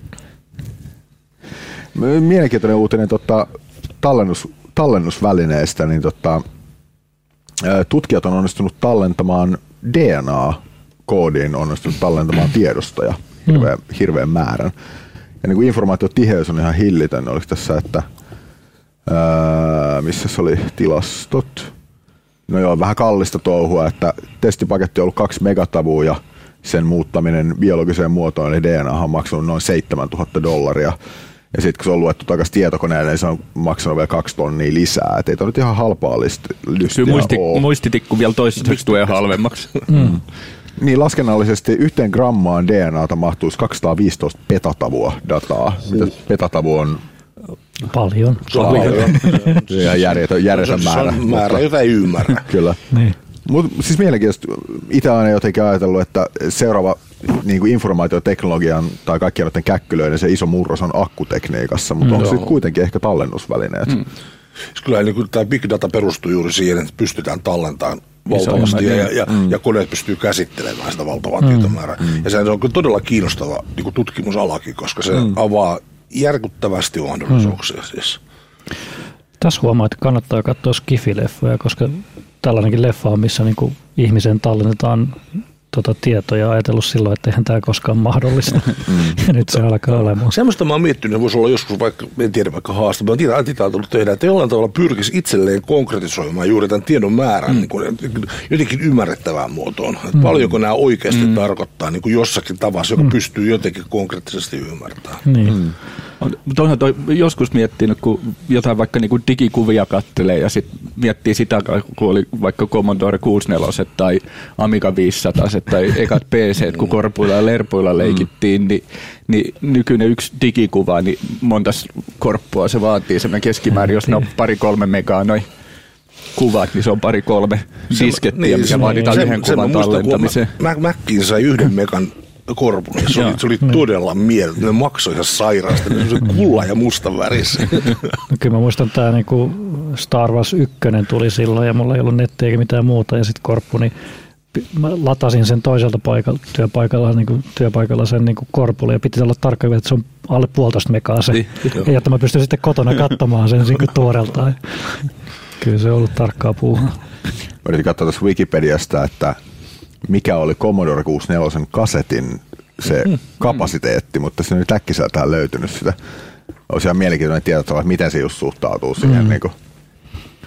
Mielenkiintoinen uutinen tota, tallennus, tallennusvälineestä. Niin, tota, tutkijat on onnistunut tallentamaan D N A-koodiin, onnistunut tallentamaan tiedostoja hirveän, hirveän määrän. Ja niin kuin informaatiotiheys on ihan hillitön. Oliko tässä, että ää, missä se oli tilastot? No joo, vähän kallista touhua, että testipaketti on ollut kaksi megatavua ja sen muuttaminen biologiseen muotoon, eli D N A on maksanut noin seitsemäntuhatta dollaria. Ja sitten kun se on luettu takaisin tietokoneelle, niin se on maksanut vielä kaksi tonnia lisää. Et ei toi nyt ihan halpaa lystiä muisti, muistitikku vielä toistaiseksi tulee halvemmaksi. Mm. Niin laskennallisesti yhteen grammaan D N A:ta mahtuisi kaksisataaviisitoista petatavua dataa. Mitä petatavu on? Paljon. Se on paljon. Ihan järjetön, järjetön määrä. Se on määrä, mutta jota ei ymmärrä. Kyllä. Niin. Mutta siis mielenkiintoista. Itse aina jotenkin ajatellut, että seuraava niin kuin informaatioteknologian tai kaikkien noiden käkkylöiden se iso murros on akkutekniikassa, mutta mm, onko sitten kuitenkin ehkä tallennusvälineet? Mm. Kyllä niin tämä big data perustuu juuri siihen, että pystytään tallentamaan valtavasti ja, ja, ja, mm. ja koneet pystyy käsittelemään sitä valtavaa mm. tietomäärää. Mm. Ja se on todella kiinnostava niin kuin tutkimusalakin, koska se mm. avaa järkyttävästi mahdollisuuksia. Mm. Siis. Tässä huomaa, että kannattaa katsoa Skifi-leffoja, koska tällainenkin leffa on, missä niin kuin ihmisen tallennetaan tuota tietoja ja ajatellut silloin, että eihän tämä koskaan mahdollista. Mm. Ja nyt se alkaa olemaan. Semmoista mä oon miettinyt, että voisi olla joskus vaikka, en tiedä vaikka haastava, mä tiedän, että tämä tullut tehdä, että jollain tavalla pyrkisi itselleen konkretisoimaan juuri tämän tiedon määrän mm. niin kuin, jotenkin ymmärrettävään muotoon. Mm. Paljonko nämä oikeasti mm. tarkoittaa niin kuin jossakin tavassa, joka mm. pystyy jotenkin konkreettisesti ymmärtämään. Niin. Mm. Mutta onhan toi joskus miettinyt, kun jotain vaikka niinku digikuvia kattelee ja sitten miettii sitä, kun oli vaikka Commodore kuusikymmentäneljä tai Amiga viisisataa tai ekat P C, kun korpuilla ja lerpuilla leikittiin, mm. niin, niin nykyinen yksi digikuva, niin montas korppua se vaatii semmoinen keskimäärin, jos ne on pari-kolme megaa noin kuvat, niin se on pari-kolme diskettiä, niin, mikä vaaditaan sen, yhden sen, kuvan sen tallentamiseen. Mäkkiin sai yhden megan korpun. Se oli, se oli todella mieltä. Ne maksoi ihan sairaasti. Se oli kulla ja musta värissä. No, kyllä mä muistan, että tämä niinku Star Wars yksi tuli silloin ja mulla ei ollut nettiä eikä mitään muuta. Ja sitten korppu, niin mä latasin sen toiselta paikalla, työpaikalla, niinku, työpaikalla sen niinku korpulle. Ja piti olla tarkka, että se on alle puolitoista megaa se. Ja jotta mä pystyn sitten kotona katsomaan sen niinku tuoreeltaan. Kyllä se on ollut tarkkaa puuhaa. Mä yritin katsoa tässä Wikipediasta, että mikä oli Commodore kuusikymmentäneljä kasetin se mm, kapasiteetti, mm. mutta siinä ei äkkiseltään löytynyt sitä. Olisi ihan mielenkiintoinen tietää, että miten se just suhtautuu siihen, mm. niin kuin,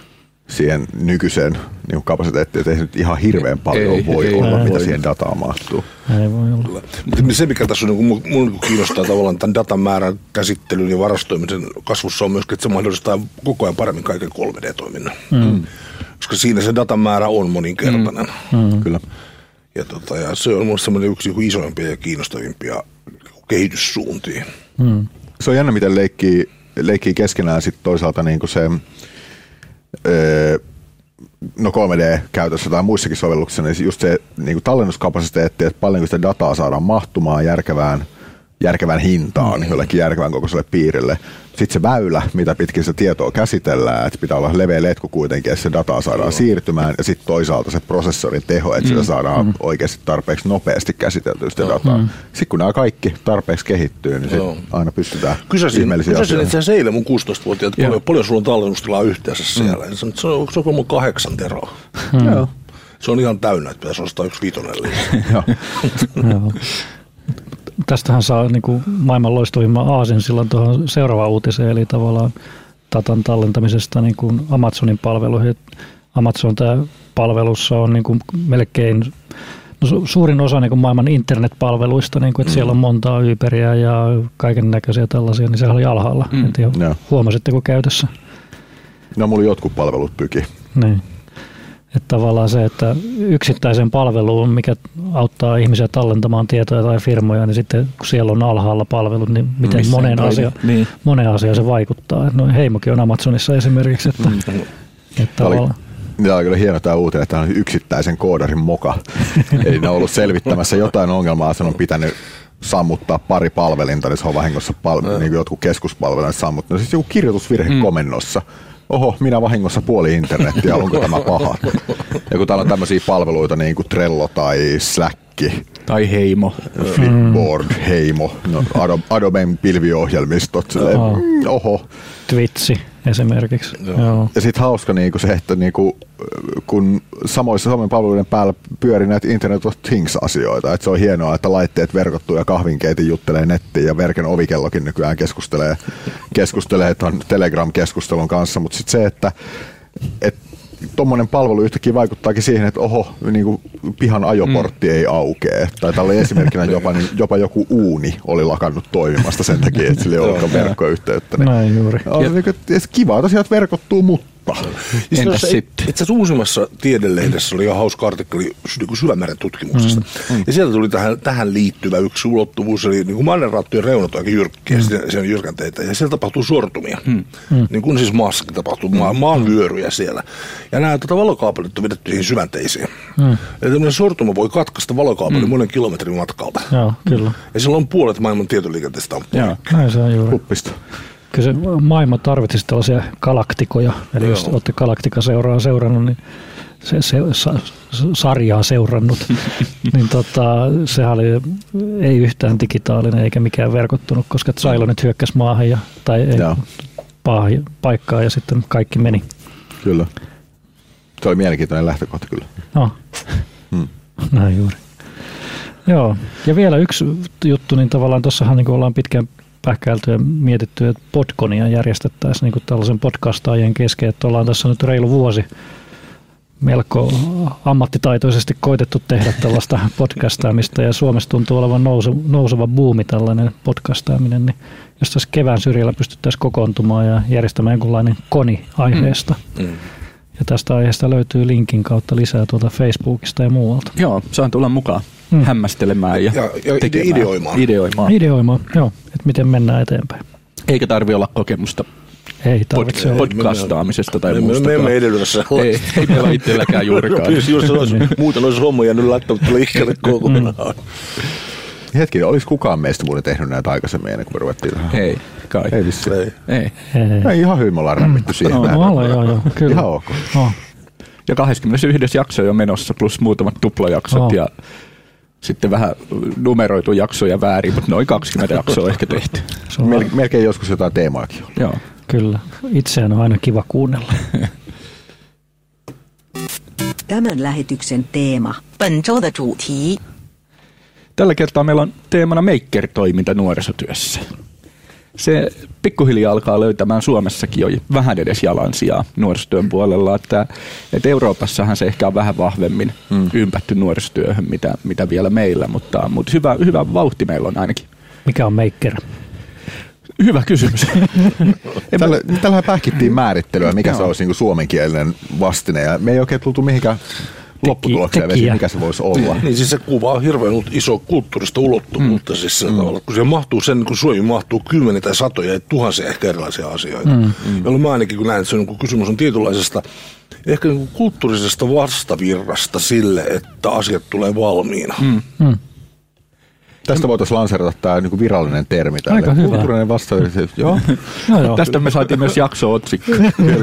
siihen nykyiseen niin kapasiteettiin, että ei se nyt ihan hirveän paljon ei, voi ei, olla, ei, mitä voi. Siihen dataan mahtuu. Ei voi olla. Mutta se, mikä tässä on, niin mun kiinnostaa tavallaan tämän datan määrän käsittelyn ja varastoimisen kasvussa on myöskin, että se mahdollistaa koko ajan paremmin kaiken kolme D-toiminnan. Mm. Koska siinä se datan määrä on moninkertainen. Mm. Mm. Kyllä. Ja, tota, ja se on minusta semmoinen yksi isoimpia ja kiinnostavimpia kehityssuuntia. Mm. Se on jännä, miten leikkii, leikkii keskenään sit toisaalta niinku se öö, no kolme D-käytössä tai muissakin sovelluksissa, niin just se niinku tallennuskapasiteetti, että paljonko sitä dataa saadaan mahtumaan järkevään, järkevään hintaan mm. jollekin järkevän kokoiselle piirille. Sitten se väylä, mitä pitkin se tietoa käsitellään, että pitää olla leveä letku kuitenkin, että se dataa saadaan no. siirtymään, ja sitten toisaalta se prosessorin teho, että mm. sitä saadaan mm. oikeasti tarpeeksi nopeasti käsiteltyä sitä dataa. Mm. Sitten kun nämä kaikki tarpeeksi kehittyy, niin no. aina pystytään ihmeellisiä asioita. Kysäsin itse asiassa eilen mun kuusitoistavuotiaat, paljon, paljon sulla on tallennustilaa yhteensä siellä. Mm. Se on, se on, se on mun kahdeksan teraa. Mm. Se on ihan täynnä, että pitäisi ostaa yksi viitonen lisää. Joo. Tästähän saa niin kuin maailman loistavimman aasinsillan tuohon seuraavaan uutiseen, eli tavallaan datan tallentamisesta niin kuin Amazonin palveluihin. Amazon tämä palvelussa on niin kuin melkein no, suurin osa niin kuin maailman internetpalveluista, niin kuin, että mm. siellä on montaa Uberia ja kaiken näköisiä tällaisia, niin se oli alhaalla. Mm. No. Huomasitteko käytössä? No, mulla jotkut palvelut pyki. Niin. Että tavallaan se, että yksittäisen palveluun, mikä auttaa ihmisiä tallentamaan tietoja tai firmoja, niin sitten kun siellä on alhaalla palvelut, niin miten moneen asiaan niin. asia se vaikuttaa. No, Heimokin on Amazonissa esimerkiksi. Että, mm. että oli, tämä on kyllä hieno tämä uutinen, että on yksittäisen koodarin moka. Eli ne on ollut selvittämässä jotain ongelmaa, sen on pitänyt sammuttaa pari palvelinta, niin se on vahingossa palvelu, niin kuin jotkut keskuspalvelut sammuttaa. No, siis joku kirjoitusvirhe mm. komennossa. Oho, minä vahingossa puoli internettiä, onko tämä paha? Ja kun täällä on tämmöisiä palveluita niin kuin Trello tai Slack. Tai Heimo. Flipboard, Heimo, no, Adobe, Adoben pilviohjelmistot. Silleen, oho. oho. Twitchi esimerkiksi. Joo. Joo. Ja sitten hauska niinku se, että niinku, kun samoissa samojen palveluiden päällä pyörii näitä Internet of Things-asioita, että se on hienoa, että laitteet verkottuu ja kahvinkeitin juttelee nettiin ja Verken ovikellokin nykyään keskustelee, keskustelee ton Telegram-keskustelun kanssa, mutta sitten se, että et, tuommoinen palvelu yhtäkkiä vaikuttaakin siihen, että oho, niin kuin pihan ajoportti mm. ei aukee. Tai tällä esimerkkinä jopa, niin jopa joku uuni oli lakannut toimimasta sen takia, että sillä ei olekaan verkkoyhteyttä. Niin näin juuri. On niin kiva, tosiaan verkottuu, mutta. Entäs sitten? Itse asiassa uusimmassa tiedelehdessä oli ihan hauska artikkeli syvämeren tutkimuksesta. Mm. Mm. Ja sieltä tuli tähän, tähän liittyvä yksi ulottuvuus, eli niin mannerraattojen reunat on aika jyrkkiä, mm. siellä on jyrkänteitä, ja siellä tapahtuu sortumia. Mm. Niin kuin siis maski tapahtuu, maa, maan vyöryjä siellä. Ja nämä tota, valokaapelit on vedetty siihen syvänteisiin. Mm. Eli tämmöinen sortuma voi katkaista valokaapelin mm. monen kilometrin matkalta. Joo, kyllä. Ja siellä on puolet maailman tietoliikenteestä on Joo, näin se on juuri. Huppista. Kyllä se maailma tarvitsisi tällaisia galaktikoja, eli jos olette Galaktika-seuraa seurannut, niin se, se sa, sarjaa seurannut, niin tota, sehän oli ei yhtään digitaalinen eikä mikään verkottunut, koska Cylonit hyökkäsi maahan ja, tai ei, paaha, paikkaa ja sitten kaikki meni. Kyllä. Se oli mielenkiintoinen lähtökohta kyllä. No, hmm. näin juuri. Joo, ja vielä yksi juttu, niin tavallaan tuossahan niin ollaan pitkään pähkäilty ja mietitty, että Podconia järjestettäisiin niin kuin tällaisen podcastaajien kesken, että ollaan tässä nyt reilu vuosi melko ammattitaitoisesti koitettu tehdä tällaista podcastaamista ja Suomessa tuntuu olevan nouseva, nouseva buumi tällainen podcastaaminen, niin jos tässä kevään syrjällä pystyttäisiin kokoontumaan ja järjestämään jonkunlainen koni aiheesta. Mm. Mm. Ja tästä aiheesta löytyy linkin kautta lisää tuolta Facebookista ja muualta. Joo, saan tulla mukaan mm. hämmästelemään ja, ja, ja tekemään. Ideoimaan. Ideoimaan. Ideoimaan, joo, että miten mennään eteenpäin. Eikä tarvitse olla kokemusta ei tarvitse Pod- podcastaamisesta tai me, muusta. Me emme edellytä sellaista. Ei, ei meillä itselläkään juurikaan. Muuten olisi hommoja nyt laittamatta liikkeelle kokonaan. Hetkinen, olisi kukaan meistä muuten tehnyt näitä aikaisemmin ennen kuin me ruvettiin tähän? Ei, kai. Ei vissiin. Ei. Ei. Ei. Ei ihan hyvin me ollaan rämmitty siihen. No, no olla, joo, joo, kyllä. Ihan ok. Oh. Ja kahdeskymmenesyhdes jakso jo menossa, plus muutamat tuplajaksot oh. ja sitten vähän numeroitu jaksoja väärin, mutta noin kaksikymmentä jaksoa ehkä tehty. Mel- melkein joskus jotain teemaakin on. Joo. Kyllä. Itseään on aina kiva kuunnella. Tämän lähetyksen teema. Tällä kertaa meillä on teemana maker-toiminta nuorisotyössä. se pikkuhiljaa alkaa löytämään Suomessakin jo vähän edes jalansijaa nuorisotyön puolella, että, että Euroopassahan se ehkä on vähän vahvemmin mm. ympätty nuorisotyöhön, mitä, mitä vielä meillä, mutta, mutta hyvä, hyvä vauhti meillä on ainakin. Mikä on maker? Hyvä kysymys. Tällä, tällähän pähkittiin määrittelyä, mikä se olisi niin kuin suomenkielinen vastine, ja me ei oikein tultu mihinkään lopputulokseen, Teki, mikä se voisi olla. Niin, siis se kuvaa hirveän iso kulttuurista ulottuvuutta, mm. siis sillä mm. tavalla, kun se mahtuu sen, niin kun Suomi mahtuu kymmeniä tai satoja ja tuhansia ehkä erilaisia asioita. Mm. Mm. Jolloin mä ainakin, kun näen, että se on, niin kysymys on tietynlaisesta ehkä niin kulttuurisesta vastavirrasta sille, että asiat tulee valmiina. Mm. Mm. Tästä voitaisiin lanseerata tämä niin virallinen termi. Aika hyvä. Kulttuurinen vastavirta. Joo. No, joo. Tästä me saatiin myös jakso-otsikko.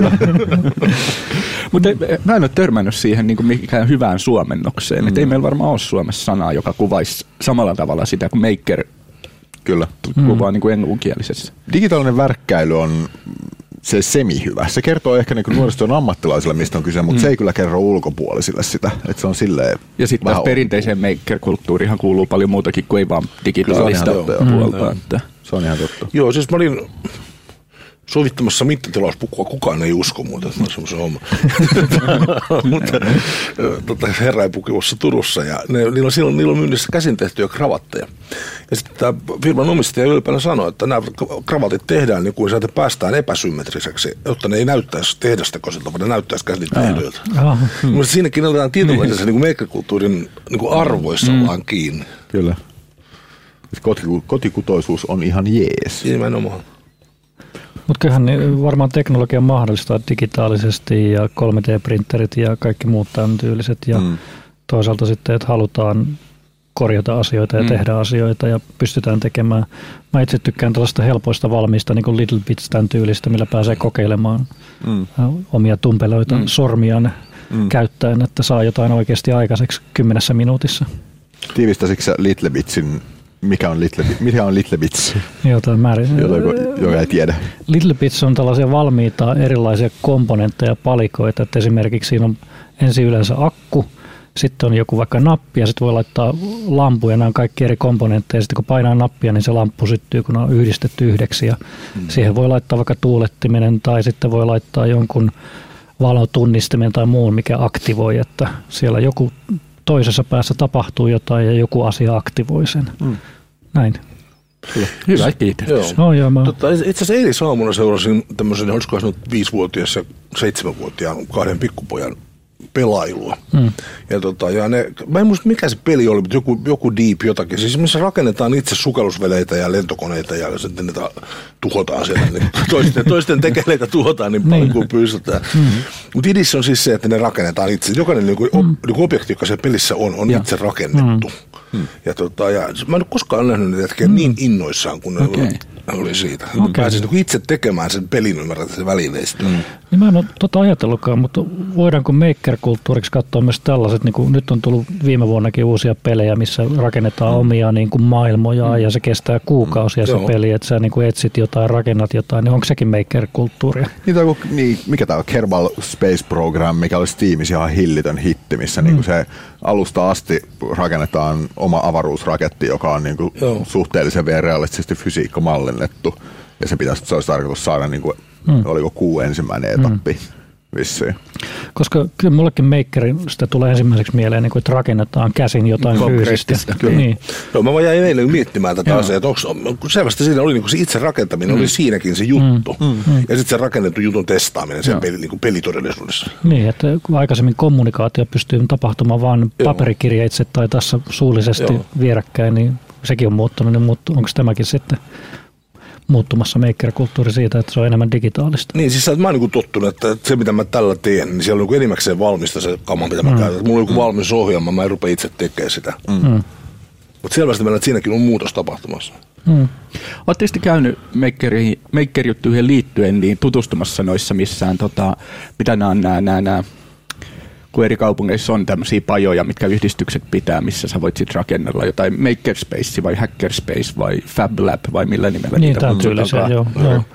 Mutta mä en ole törmännyt siihen niin kuin mikään hyvään suomennokseen. Mm. Ei meillä varmaan ole Suomessa sanaa, joka kuvaisi samalla tavalla sitä kuin maker Kyllä. kuvaa mm. niin kuin englanninkielisessä. Digitaalinen värkkäily on se semi-hyvä. Se kertoo ehkä niin nuorisotyön ammattilaisille, mistä on kyse, mutta mm. se ei kyllä kerro ulkopuolisille sitä. Että se on silleen ja sitten taas perinteiseen maker-kulttuurihan kuuluu paljon muutakin kuin ei vaan digitaalista puolta. Mm. Se on ihan totta. Joo, siis mä olin sovittamassa mittatilauspukua, kukaan ei usko muuta, että on semmoisen homma. Mutta tota, herrainpukivussa Turussa, ja ne, niillä, on, silloin, niillä on myynnissä käsin tehtyjä kravatteja. Ja sitten tämä firman omistaja ylpeänä sanoi, että nämä kravatit tehdään niin kuin sieltä päästään epäsymmetriseksi, jotta ne ei näyttäisi tehdästäkoisilta, vaan ne näyttäisi käsin tehdyiltä. Hmm. Siinäkin otetaan tietynlaisessa niin maker-kulttuurin niin kuin arvoissa hmm. vaan kiinni. Kyllä. Kotikutoisuus on ihan jees. Nimenomaan. Mutta kyllähän varmaan teknologia mahdollistaa digitaalisesti ja kolme D-printerit ja kaikki muut tämän tyyliset. Ja mm. toisaalta sitten, että halutaan korjata asioita ja mm. tehdä asioita ja pystytään tekemään. Mä itse tykkään tällaista helpoista valmiista, niin kuin Little Bits tämän tyylistä, millä pääsee kokeilemaan mm. omia tumpeloita mm. sormiaan mm. käyttäen, että saa jotain oikeasti aikaiseksi kymmenessä minuutissa. Tiivistäisikö sä Little Bitsin? Mikä on Little, mikä on Little Bits? Jotain määrin. Joka ei tiedä. Little Bits on tällaisia valmiita erilaisia komponentteja, palikoita. Että esimerkiksi siinä on ensin yleensä akku, sitten on joku vaikka nappi ja sitten voi laittaa lampu ja nämä on kaikki eri komponentteja. Sitten kun painaa nappia, niin se lamppu syttyy, kun on yhdistetty yhdeksi. Ja mm. siihen voi laittaa vaikka tuulettiminen tai sitten voi laittaa jonkun valotunnistimen tai muun, mikä aktivoi, että siellä joku toisessa päässä tapahtuu jotain ja joku asia aktivoi sen. Mm. Näin. Kyllä. Hyvä kiitos. No, joo, mä... Tota, itse asiassa eilisaamuna seurasin tämmöisen, olisiko se viisivuotias ja seitsemänvuotiaan kahden pikkupojan pelailua. Mm. Ja tota, ja ne, mä en muista mikä se peli oli, mutta joku, joku Deep jotakin. Siis missä rakennetaan itse sukellusveleitä ja lentokoneita ja sitten niitä tuhotaan siellä. Niin toisten, toisten tekeleitä tuhotaan niin paljon kuin pystytään. Mm. Mutta idis on siis se, että ne rakennetaan itse. Jokainen niin kuin, mm. niin kuin objekti, joka siellä pelissä on, on ja. itse rakennettu. Mm. Ja, tota, ja mä en ole koskaan nähnyt niitä mm. niin innoissaan kuin okay. ne oli siitä. Okay. Pääsin niin itse tekemään sen pelin ymmärrätä välineistä. Mm. Niin mä en ole tota ajatellutkaan, mutta voidaanko maker-kulttuuriksi katsoa myös tällaiset, niin kuin nyt on tullut viime vuonnakin uusia pelejä, missä rakennetaan mm. omia niin kuin maailmoja mm. ja se kestää kuukausia mm. se Joo. peli, että sä niin kuin etsit jotain, rakennat jotain, niin onko sekin maker-kulttuuria? Niin, tai, niin, mikä tämä on? Kerbal Space Program, mikä oli Steamissa ihan hillitön hitti, missä mm. niin kuin se alusta asti rakennetaan oma avaruusraketti, joka on niin kuin suhteellisen vielä realistisesti fysiikkamallinnettu ja se pitäisi, se olisi tarkoitus saada niin kuin, mm. oliko kuu ensimmäinen etappi mm. vissiin. Koska kyllä mullekin makerista tulee ensimmäiseksi mieleen, niin kuin, että rakennetaan käsin jotain fyysistä. Niin. Joo, mä jäin eilen miettimään tätä Joo. asiaa, että onko, selvästi siinä oli niin kuin se itse rakentaminen, mm. oli siinäkin se juttu. Mm. Mm. Ja sitten se rakennettu jutun testaaminen sen peli, niin kuin pelitodellisuudessa. Niin, että aikaisemmin kommunikaatio pystyy tapahtumaan vain paperikirjeitse tai tässä suullisesti Joo. vierekkäin, niin sekin on muuttunut, niin onko tämäkin sitten muuttumassa maker-kulttuuri siitä, että se on enemmän digitaalista? Niin, siis mä oon niin tottunut, että se mitä mä tällä teen, niin siellä on niin enimmäkseen valmista se kama, mitä mä mm. käytän. Mulla on joku mm. valmis ohjelma, mä en rupea itse tekemään sitä. Mm. Mutta selvästi meillä, että siinäkin on muutos tapahtumassa. Mm. Oletteko sitten käynyt maker-juttuihin liittyen niin tutustumassa noissa missään, tota, mitä nämä on nämä, nämä, nämä kun eri kaupungeissa on tämmöisiä pajoja, mitkä yhdistykset pitää, missä sä voit sitten rakennella jotain makerspace vai hackerspace vai Fab Lab vai millä nimellä niin, niitä on. Niin, joo, joo.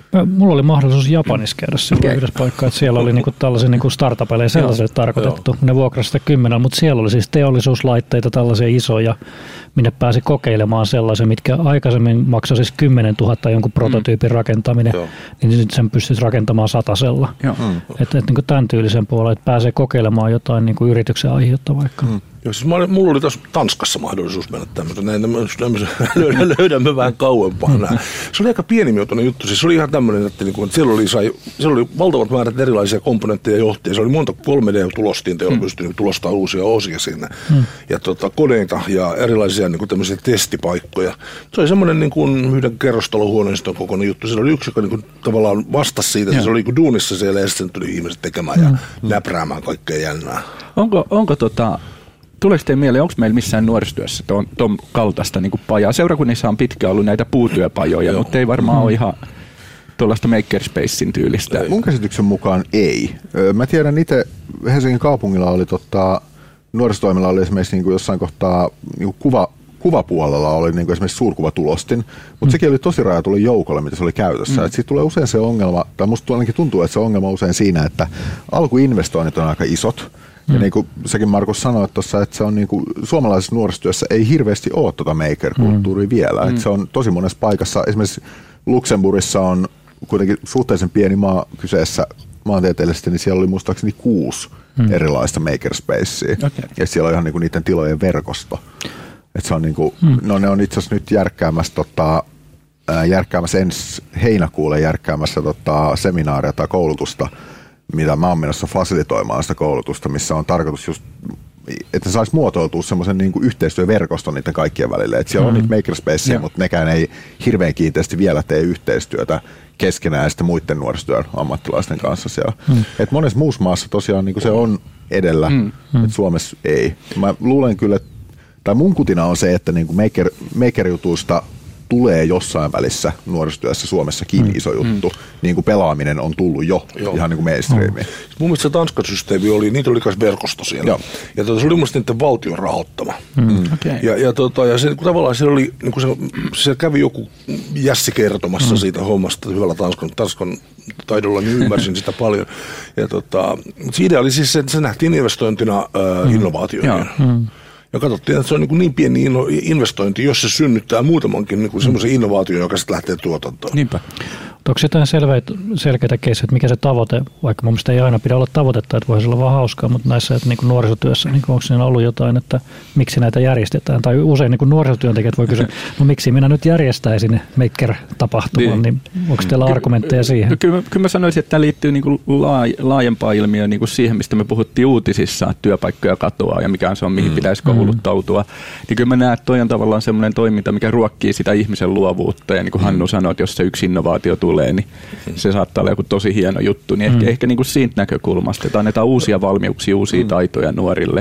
Mulla oli mahdollisuus Japanissa käydä silloin okay. yhdessä paikkaa, että siellä oli niinku tällaisia niinku startupeille sellaiselle tarkoitettu. Ne vuokrasi sitä kymmenellä, mutta siellä oli siis teollisuuslaitteita, tällaisia isoja, minne pääsi kokeilemaan sellaisia, mitkä aikaisemmin maksoi siis kymmenen tuhatta jonkun prototyypin rakentaminen, mm. niin nyt sen pystyisi rakentamaan satasella. Mm. Että et, niinku tämän tyylisen puolella, että pääsee kokeilemaan jotain niinku yrityksen aihetta vaikka. Mm. Joo, siis olin, mulla oli taas Tanskassa mahdollisuus mennä tämmöisen, näin löydämme, löydämme vähän kauempaa nämä. Se oli aika pienimuotoinen juttu, siis se oli ihan tämmöinen, että, niinku, että siellä, oli, sai, siellä oli valtavat määrät erilaisia komponentteja ja johtajia, se oli monta kolme D-tulostinta, joilla mm. pystyi tulostamaan uusia osia siinä, mm. ja tota, koneita ja erilaisia niinku, tämmöisiä testipaikkoja. Se oli semmoinen niin kuin yhden kerrostalohuoneiston kokoinen juttu, siellä oli yksi, joka niinku, tavallaan vastasi siitä, että se oli niinku duunissa siellä ja sitten tuli ihmiset tekemään ja mm. näpräämään kaikkea jännää. Onko, onko tota... Tuleeko teidän mieleen, onko meillä missään nuorisotyössä tuon, tuon kaltaista niin kuin pajaa? Seurakunnissa on pitkään ollut näitä puutyöpajoja, mutta ei varmaan mm. ole ihan tuollaista makerspacein tyylistä. Mun käsityksen mukaan ei. Mä tiedän itse, Helsingin kaupungilla oli tota, nuorisotoimilla oli esimerkiksi niin kuin jossain kohtaa niin kuin kuva, kuvapuolella oli niin kuin esimerkiksi suurkuvatulostin, mutta mm. sekin oli tosi rajatulle joukolle, mitä se oli käytössä. Mm. Et siitä tulee usein se ongelma, tai musta ainakin tuntuu, että se ongelma on usein siinä, että alkuinvestoinnit on aika isot. Ja niin kuin säkin Markus sanoit tuossa, että se on niin kuin, suomalaisessa nuorisotyössä ei hirveästi ole tuota maker-kulttuuria mm. vielä. Mm. Että se on tosi monessa paikassa, esimerkiksi Luxemburgissa on kuitenkin suhteellisen pieni maa kyseessä maantieteellisesti, niin siellä oli muistaakseni kuusi mm. erilaista makerspacea. Okay. Ja siellä on ihan niin kuin niiden tilojen verkosto. Että se on niin kuin, mm. no ne on itse asiassa nyt järkkäämässä, tota, ää, järkkäämässä ensi heinäkuulle järkkäämässä tota, seminaaria tai koulutusta, mitä mä oon menossa fasilitoimaan sitä koulutusta, missä on tarkoitus just, että saisi muotoiltua semmoisen niin kuin yhteistyöverkoston niiden kaikkien välille. Että siellä mm. on niitä makerspaceja, yeah. mutta nekään ei hirveän kiinteästi vielä tee yhteistyötä keskenään ja sitten muiden nuorisotyön ammattilaisten kanssa siellä. Mm. Et monessa muussa maassa tosiaan niin kuin se on edellä, mm. että Suomessa ei. Mä luulen kyllä, tai mun kutina on se, että niin kuin maker, maker-jutuista tulee jossain välissä nuorisotyössä Suomessakin mm. iso juttu, mm. niin kuin pelaaminen on tullut jo Joo. ihan niin kuin mainstreamiin. Mm. Mun mielestä se Tanskan systeemi oli, niitä oli myös verkosto siellä. Joo. Ja tota, se oli mun mielestä niiden valtion rahoittama. Mm. Okay. Ja, ja, tota, ja se, tavallaan siellä oli, niin kuin se, se kävi joku jässi kertomassa mm. siitä hommasta hyvällä Tanskan, Tanskan taidolla, niin ymmärsin sitä paljon. Ja tota, mutta idea oli siis se, että se nähtiin investointina äh, mm. innovaatioihin. Mm. Ja katsottiin, että se on niin, niin pieni investointi, jos se synnyttää muutamankin niin semmoisen innovaation, joka sitten lähtee tuotantoon. Niinpä. Onko jotain selveitä, selkeitä keissejä, että mikä se tavoite, vaikka mun mielestä ei aina pidä olla tavoitetta, että voisi olla vaan hauskaa, mutta näissä että niin nuorisotyössä, niin onko siinä ollut jotain, että miksi näitä järjestetään? Tai usein niin nuorisotyöntekijät voi kysyä, no miksi minä nyt järjestäisin maker-tapahtuman, niin, niin onko teillä argumentteja siihen? Kyllä, kyllä mä sanoisin, että tämä liittyy niin kuin laajempaan ilmiöön niin kuin siihen, mistä me puhuttiin uutisissa, että työpaikkoja katoaa ja mikä on se on, mihin mm. pitäisi kouluttautua. Niin kyllä mä näen, että toi on tavallaan semmoinen toiminta, mikä ruokkii sitä ihmisen luovuutta ja niin kuin Hannu sanoi, että jos se yksi innovaatio tulee, niin se saattaa olla joku tosi hieno juttu, niin ehkä, mm. ehkä niin kuin siitä näkökulmasta, että annetaan uusia valmiuksia, uusia mm. taitoja nuorille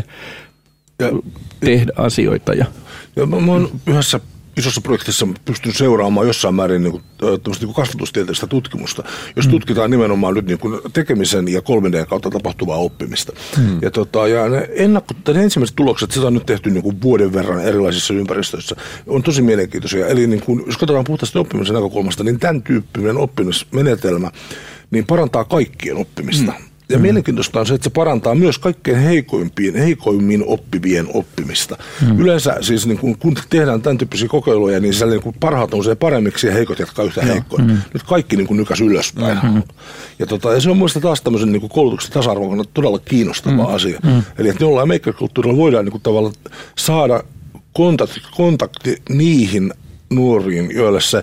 ja, tehdä ja, asioita. Ja. Ja mä, mä oon yhdessä isossa projektissa pystynyt seuraamaan jossain määrin niin kuin, niin kuin kasvatustieteellistä tutkimusta, jos mm. tutkitaan nimenomaan nyt niin kuin tekemisen ja kolme D kautta tapahtuvaa oppimista. Mm. Ja, tota, ja ne, ennakko, ne ensimmäiset tulokset, sitä on nyt tehty niin kuin vuoden verran erilaisissa ympäristöissä, on tosi mielenkiintoisia. Eli niin kuin, jos katsotaan puhtaasti oppimisen näkökulmasta, niin tämän tyyppinen oppimismenetelmä niin parantaa kaikkien oppimista. Mm. Ja mm. mielenkiintoista on se, että se parantaa myös kaikkein heikoimpiin, heikoimmin oppivien oppimista. Mm. Yleensä siis niin kun, kun tehdään tämän tyyppisiä kokeiluja, niin siellä niin parhaat nousee paremmiksi ja heikot jatkaa yhtä heikkoja. Mm. Nyt kaikki niin kuin nykäs ylöspäin. Mm. Ja, tota, ja se on mielestäni taas tämmöisen niin kuin koulutuksen tasa-arvon kannalta todella kiinnostava mm. asia. Mm. Eli että jollain maker-kulttuurilla voidaan niin kuin tavallaan saada kontakti, kontakti niihin nuoriin, joille se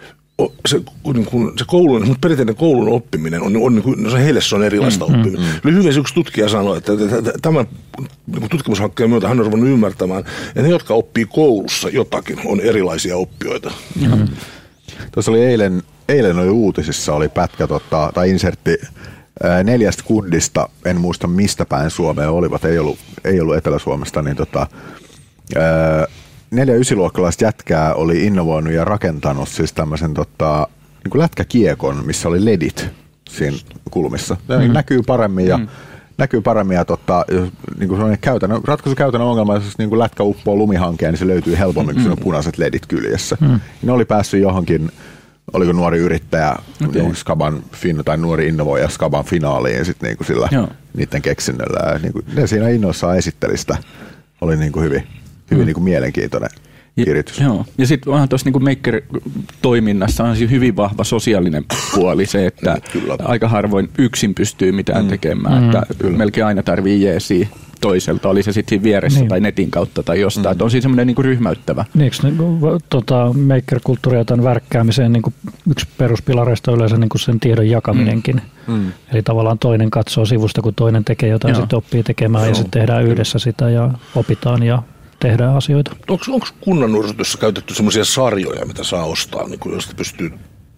Se, niin kuin, se koulun, mutta perinteinen koulun oppiminen, on, on, on, no heille se on erilaista mm, oppimista. Mm, mm. Hyvin yksi tutkija sanoi, että tämän niin tutkimushankkeen myötä hän on ruvennut ymmärtämään, että ne, jotka oppii koulussa jotakin, on erilaisia oppijoita. Mm. Tuossa oli eilen, eilen oli uutisissa, oli pätkä tota, tai insertti ää, neljästä kundista, en muista mistä päin Suomea olivat, ei ollut, ei ollut Etelä-Suomesta, niin tota, ää, neljä ysiluokkalaista jätkää oli innovoinut ja rakentanut siis tämmöisen tota, niin kuin lätkäkiekon, missä oli ledit siinä kulmissa. Mm. Näkyy paremmin ja, mm. näkyy paremmin ja tota, niin kuin käytännön, ratkaisukäytännön ongelma, jos niin kuin lätkä uppoo lumihankeen, niin se löytyy helpommin, kun mm. siinä on punaiset ledit kyljessä. Mm. Ne oli päässyt johonkin, oliko nuori yrittäjä, Okay. niin Skaban fin, tai nuori innovoija Skaban finaaliin sit niinku sillä Joo. niiden keksinnöllä. Ja niinku, ne siinä innoissaan esitteli sitä. Oli niinku hyvin, hyvin mm. niinku mielenkiintoinen kiritys. Ja, joo. Ja sitten onhan tuossa niinku Maker-toiminnassa on hyvin vahva sosiaalinen puoli se, että Kyllä. aika harvoin yksin pystyy mitään mm. tekemään. Mm. Että melkein aina tarvii jeesiä toiselta, oli se sitten siinä vieressä niin. tai netin kautta tai jostain. Mm. Että on siinä semmoinen niinku ryhmäyttävä. Niin, eikö ne, tota, maker-kulttuuri ja tämän värkkäämiseen niin kuin yksi peruspilareista on yleensä niin kuin sen tiedon jakaminenkin. Mm. Mm. Eli tavallaan toinen katsoo sivusta, kun toinen tekee jotain, sitten oppii tekemään Joo. ja sitten tehdään yhdessä sitä ja opitaan ja tehdään asioita. Onko kunnan nuorisotyössä käytetty semmoisia sarjoja, mitä saa ostaa, niin kuin, josta pystyy...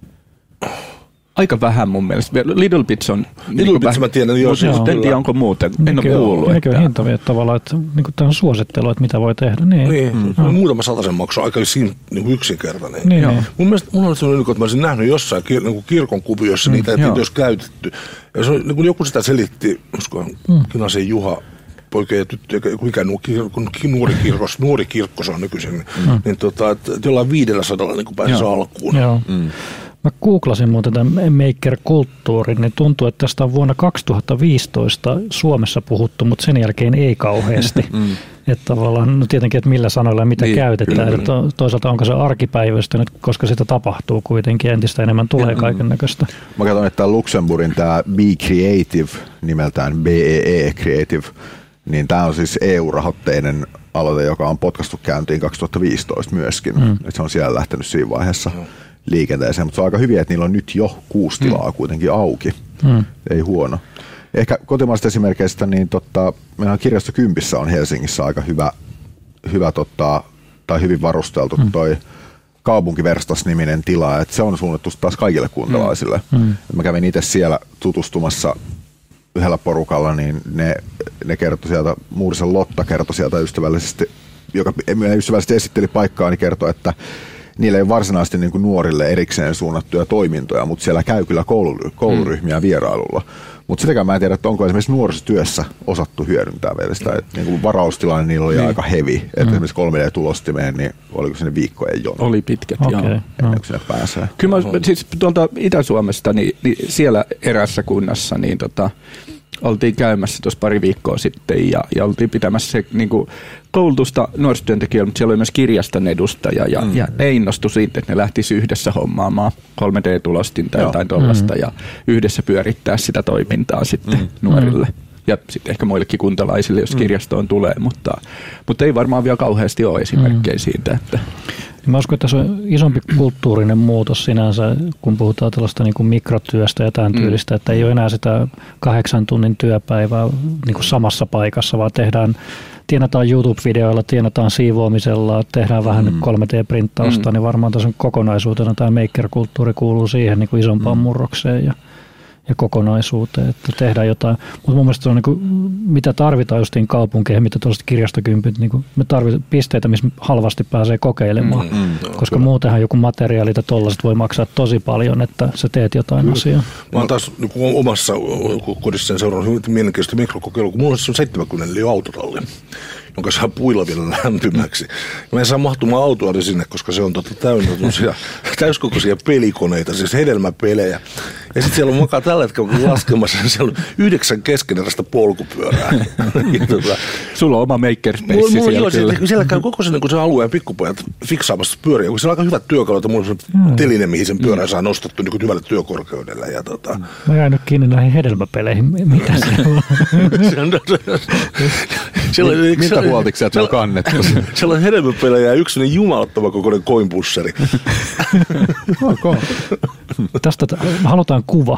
Aika vähän mun mielestä. Little Bits on... Little niin Bits mä tiedän, joo. Mutta en tiedä, onko muuten. En ole kuullut. Nekin on hintavia tavallaan, että niin tämä on suosittelu, että mitä voi tehdä. Niin. niin. Mm. Muutama sataisen maksu, aika niin yksinkertainen. Niin. Mun mielestä mulla on sellainen, että mä olisin nähnyt jossain kir- niin kirkon kuviossa mm. niitä, että niitä olisi käytetty. Ja se on, niin kun joku sitä selitti, uskoon mm. Kinasen Juha, poikia ja tyttöjä, mikä nuori kirkos, nuori kirkko se on nykyisin, mm. niin tota, että jollain viidellä sadalla niin pääsisi alkuun. Joo. Mm. Mä googlasin muuten tämän maker-kulttuurin, niin tuntuu, että tästä on vuonna kaksituhattaviisitoista Suomessa puhuttu, mutta sen jälkeen ei kauheasti. mm. Että tavallaan, no tietenkin, että millä sanoilla ja mitä niin, käytetään. Kyllä, että toisaalta onko se arkipäiväistynyt, koska sitä tapahtuu kuitenkin, entistä enemmän tulee kaiken näköistä. Mä katson, että Luxemburgin tämä Be Creative, nimeltään B E E Creative, niin tämä on siis E U-rahoitteinen aloite, joka on potkastu käyntiin kaksituhattaviisitoista myöskin. Mm. Se on siellä lähtenyt siinä vaiheessa mm. liikenteeseen, mutta se on aika hyviä, että niillä on nyt jo kuusi tilaa mm. kuitenkin auki. Mm. Ei huono. Ehkä kotimaista esimerkkeistä, niin totta, meillä kirjasto Kympissä on Helsingissä aika hyvä, hyvä totta, tai hyvin varusteltu mm. toi Kaupunkiverstas-niminen tila, että se on suunnattu taas kaikille kuntalaisille. Mm. Mä kävin itse siellä tutustumassa yhdellä porukalla, niin ne, ne kertoi sieltä, Muurisen Lotta kertoi sieltä ystävällisesti, joka ystävällisesti esitteli paikkaa, niin kertoi, että niillä ei ole varsinaisesti niin kuin nuorille erikseen suunnattuja toimintoja, mutta siellä käy kyllä koulu, kouluryhmiä vierailulla. Mutta sitäkään mä en tiedä, että onko esimerkiksi nuorisotyössä osattu hyödyntää vielä sitä, että niin kuin varaustilanne niillä oli niin. aika hevi. Että mm. esimerkiksi kolme D-tulostimeen, niin oliko sinne viikkojen jono? Oli pitkät, okay. joo. Ennen kuin sinne pääsee. Kyllä mä, siis tuolta Itä-Suomesta, niin, niin siellä erässä kunnassa, niin tota, oltiin käymässä tuossa pari viikkoa sitten ja, ja oltiin pitämässä se niin kuin koulutusta nuorisotyöntekijöille, mutta siellä oli myös kirjaston edustaja ja, mm. ja ne innostui siitä, että ne lähtisi yhdessä hommaamaan kolme D-tulostin tai jotain tuollaista mm. ja yhdessä pyörittää sitä toimintaa sitten mm. nuorille. Mm. Ja sitten ehkä muillekin kuntalaisille, jos kirjastoon mm. tulee, mutta, mutta ei varmaan vielä kauheasti ole esimerkkejä mm. siitä. Että mä uskon, että se on isompi kulttuurinen muutos sinänsä, kun puhutaan tällaista niin kuin mikrotyöstä ja tämän tyylistä, mm. että ei ole enää sitä kahdeksan tunnin työpäivää niin kuin samassa paikassa, vaan tehdään, tienataan YouTube-videoilla, tienataan siivoamisella, tehdään vähän mm. kolme D-printtausta, mm. niin varmaan tässä kokonaisuutena tämä maker-kulttuuri kuuluu siihen niin kuin isompaan mm. murrokseen ja ja kokonaisuuteen, että tehdään jotain. Mutta mun mielestä se on, niin kuin, mitä tarvitaan justiin kaupunkeihin, mitä tuollaiset kirjastokympit, niin kuin me tarvitaan pisteitä, missä halvasti pääsee kokeilemaan, mm, mm, koska kyllä. muutenhan joku materiaali tai tollaiset voi maksaa tosi paljon, että sä teet jotain kyllä. asiaa. Mä oon taas niin omassa kodissa seurannut hyvin mielenkiintoista mikrokokeilua, kun mulla on seitsemänkymmentä neliö autotalli, jonka saa puilla vielä lämpimäksi. Mä en saa mahtumaan autoa sinne, koska se on totta täynnä täyskokoisia pelikoneita, siis hedelmäpelejä. Ja sitten siellä on makaa tällä hetkellä laskemassa, niin siellä on yhdeksän keskeneräistä polkupyörää. tota, Sulla on oma makerspace mulla, mulla, siellä joo, kyllä. Se, siellä käy koko sen, niin se alueen pikkupojat fiksaamassa pyöriä, kun siellä on aika hyvät työkalut, mulla on se mm. teline, mihin sen pyörän saa nostettu niin hyvälle työkorkeudelle. Ja, tota. Mä jäin nyt kiinni näihin hedelmäpeleihin. Mitä siellä on? Miltä huoltiksi sieltä on kannettu? Siellä on hedelmäpelejä ja yksi jumalattava kokoinen koinpusseri. Okay. Tästä t- halutaan kuva.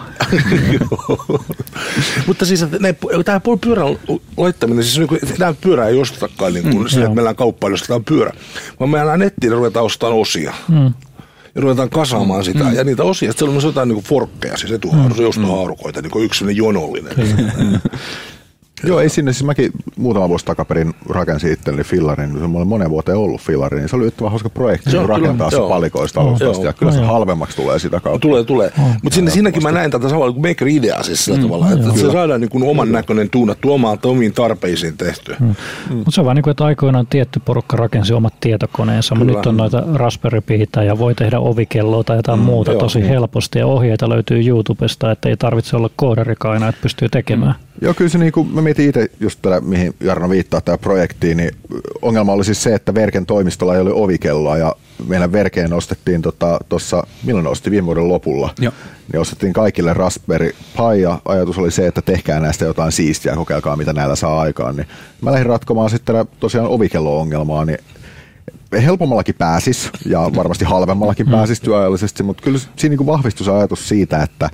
Mutta siis tämä pyörän laittaminen, siis tämä pyörä ei ostetakaan niin kuin mm, sille, että meillä on kauppaan, jos ostetaan pyörä, vaan meillä nettiin ja ruvetaan ostamaan osia. Mm. Ja ruvetaan kasaamaan sitä. Mm. Ja niitä osia, sitten siellä on jotain niin kuin forkkeja, siis etuhaaruja, mm. jostohaarukoita, niin kuin yksi sellainen jonollinen. Mm. Joo, ei sinne. Siis mäkin muutama vuosi takaperin rakensin itselleni fillarin. Se oli monen vuoteen ollut fillari, niin se oli yhtä hauska projekti se rakentaa se palikoista alusta asti. Ja kyllä se halvemmaksi tulee sitä kautta. Tulee, tulee. Mutta sinne siinäkin mä näen tätä samalla kuin maker-ideaa siis sillä mm, tavalla, että se saadaan niin kuin oman näköinen tuunattu omaan omiin tarpeisiin tehtyä. Mm. Mm. Mutta se on vaan niin kuin, että aikoinaan tietty porukka rakensi omat tietokoneensa, mutta nyt on noita Raspberry Piitä ja voi tehdä ovikelloa tai jotain mm, muuta joo, tosi mm. helposti ja ohjeita löytyy YouTubesta, että ei tarvitse olla koodarikaan aina, että pystyy tekemään. Mm. Joo, kyllä se niin kuin, mä mietin itse just tätä, mihin Jarno viittaa tämä projektiin, niin ongelma oli siis se, että Verken toimistolla ei ole ovikelloa ja meidän Verkeen ostettiin tuossa, tota, milloin ostettiin viime vuoden lopulla, Joo. niin ostettiin kaikille Raspberry Pi ja ajatus oli se, että tehkää näistä jotain siistiä ja kokeilkaa mitä näillä saa aikaan. Niin mä lähdin ratkomaan sitten tosiaan ovikello-ongelmaa, niin helpommallakin pääsis ja varmasti halvemmallakin pääsis työajallisesti, mutta kyllä siinä niin vahvistui se ajatus siitä, että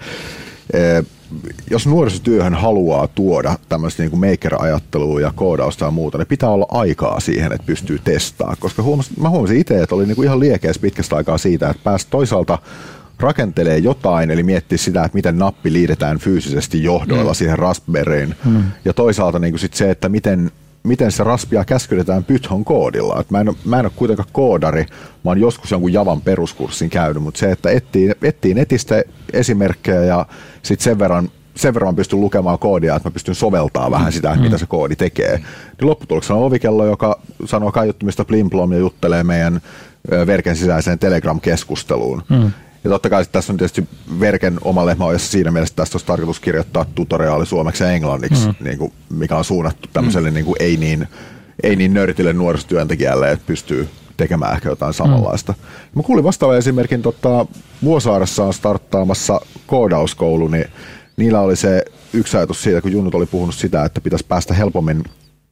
e, jos nuorisotyöhön haluaa tuoda tämmöistä niin kuin maker-ajattelua ja koodausta ja muuta, niin pitää olla aikaa siihen, että pystyy testaamaan. Koska huomasin, mä huomasin itse, että oli niin kuin ihan liekeäs pitkästä aikaa siitä, että pääsi toisaalta rakentelee jotain, eli miettiä sitä, että miten nappi liitetään fyysisesti johdoilla mm. siihen Raspberryin. Mm. Ja toisaalta niin kuin sit se, että miten miten se Raspia käskytetään Python koodilla. Et mä, en, mä en ole kuitenkaan koodari, mä oon joskus jonkun Javan peruskurssin käynyt, mutta se, että etsii, etsii netistä esimerkkejä ja sitten sen verran, sen verran pystyn lukemaan koodia, että mä pystyn soveltamaan vähän sitä, että mitä se koodi tekee. Niin lopputuloksena on ovikello, joka sanoo kaiuttimista plimplom ja juttelee meidän Verken sisäiseen Telegram-keskusteluun. Mm. Ja totta kai tässä on tietysti Verken oma lehmä, jossa siinä mielessä tästä olisi tarkoitus kirjoittaa tutoriaali suomeksi ja englanniksi, mm. niin kuin, mikä on suunnattu tämmöiselle mm. niin kuin ei, niin, ei niin nörtille nuorisotyöntekijälle, että pystyy tekemään ehkä jotain samanlaista. Mm. Mä kuulin vastaavan esimerkin, tota, Vuosaaressa on starttaamassa koodauskoulu, niin niillä oli se yksi ajatus siitä, kun Junnut oli puhunut sitä, että pitäisi päästä helpommin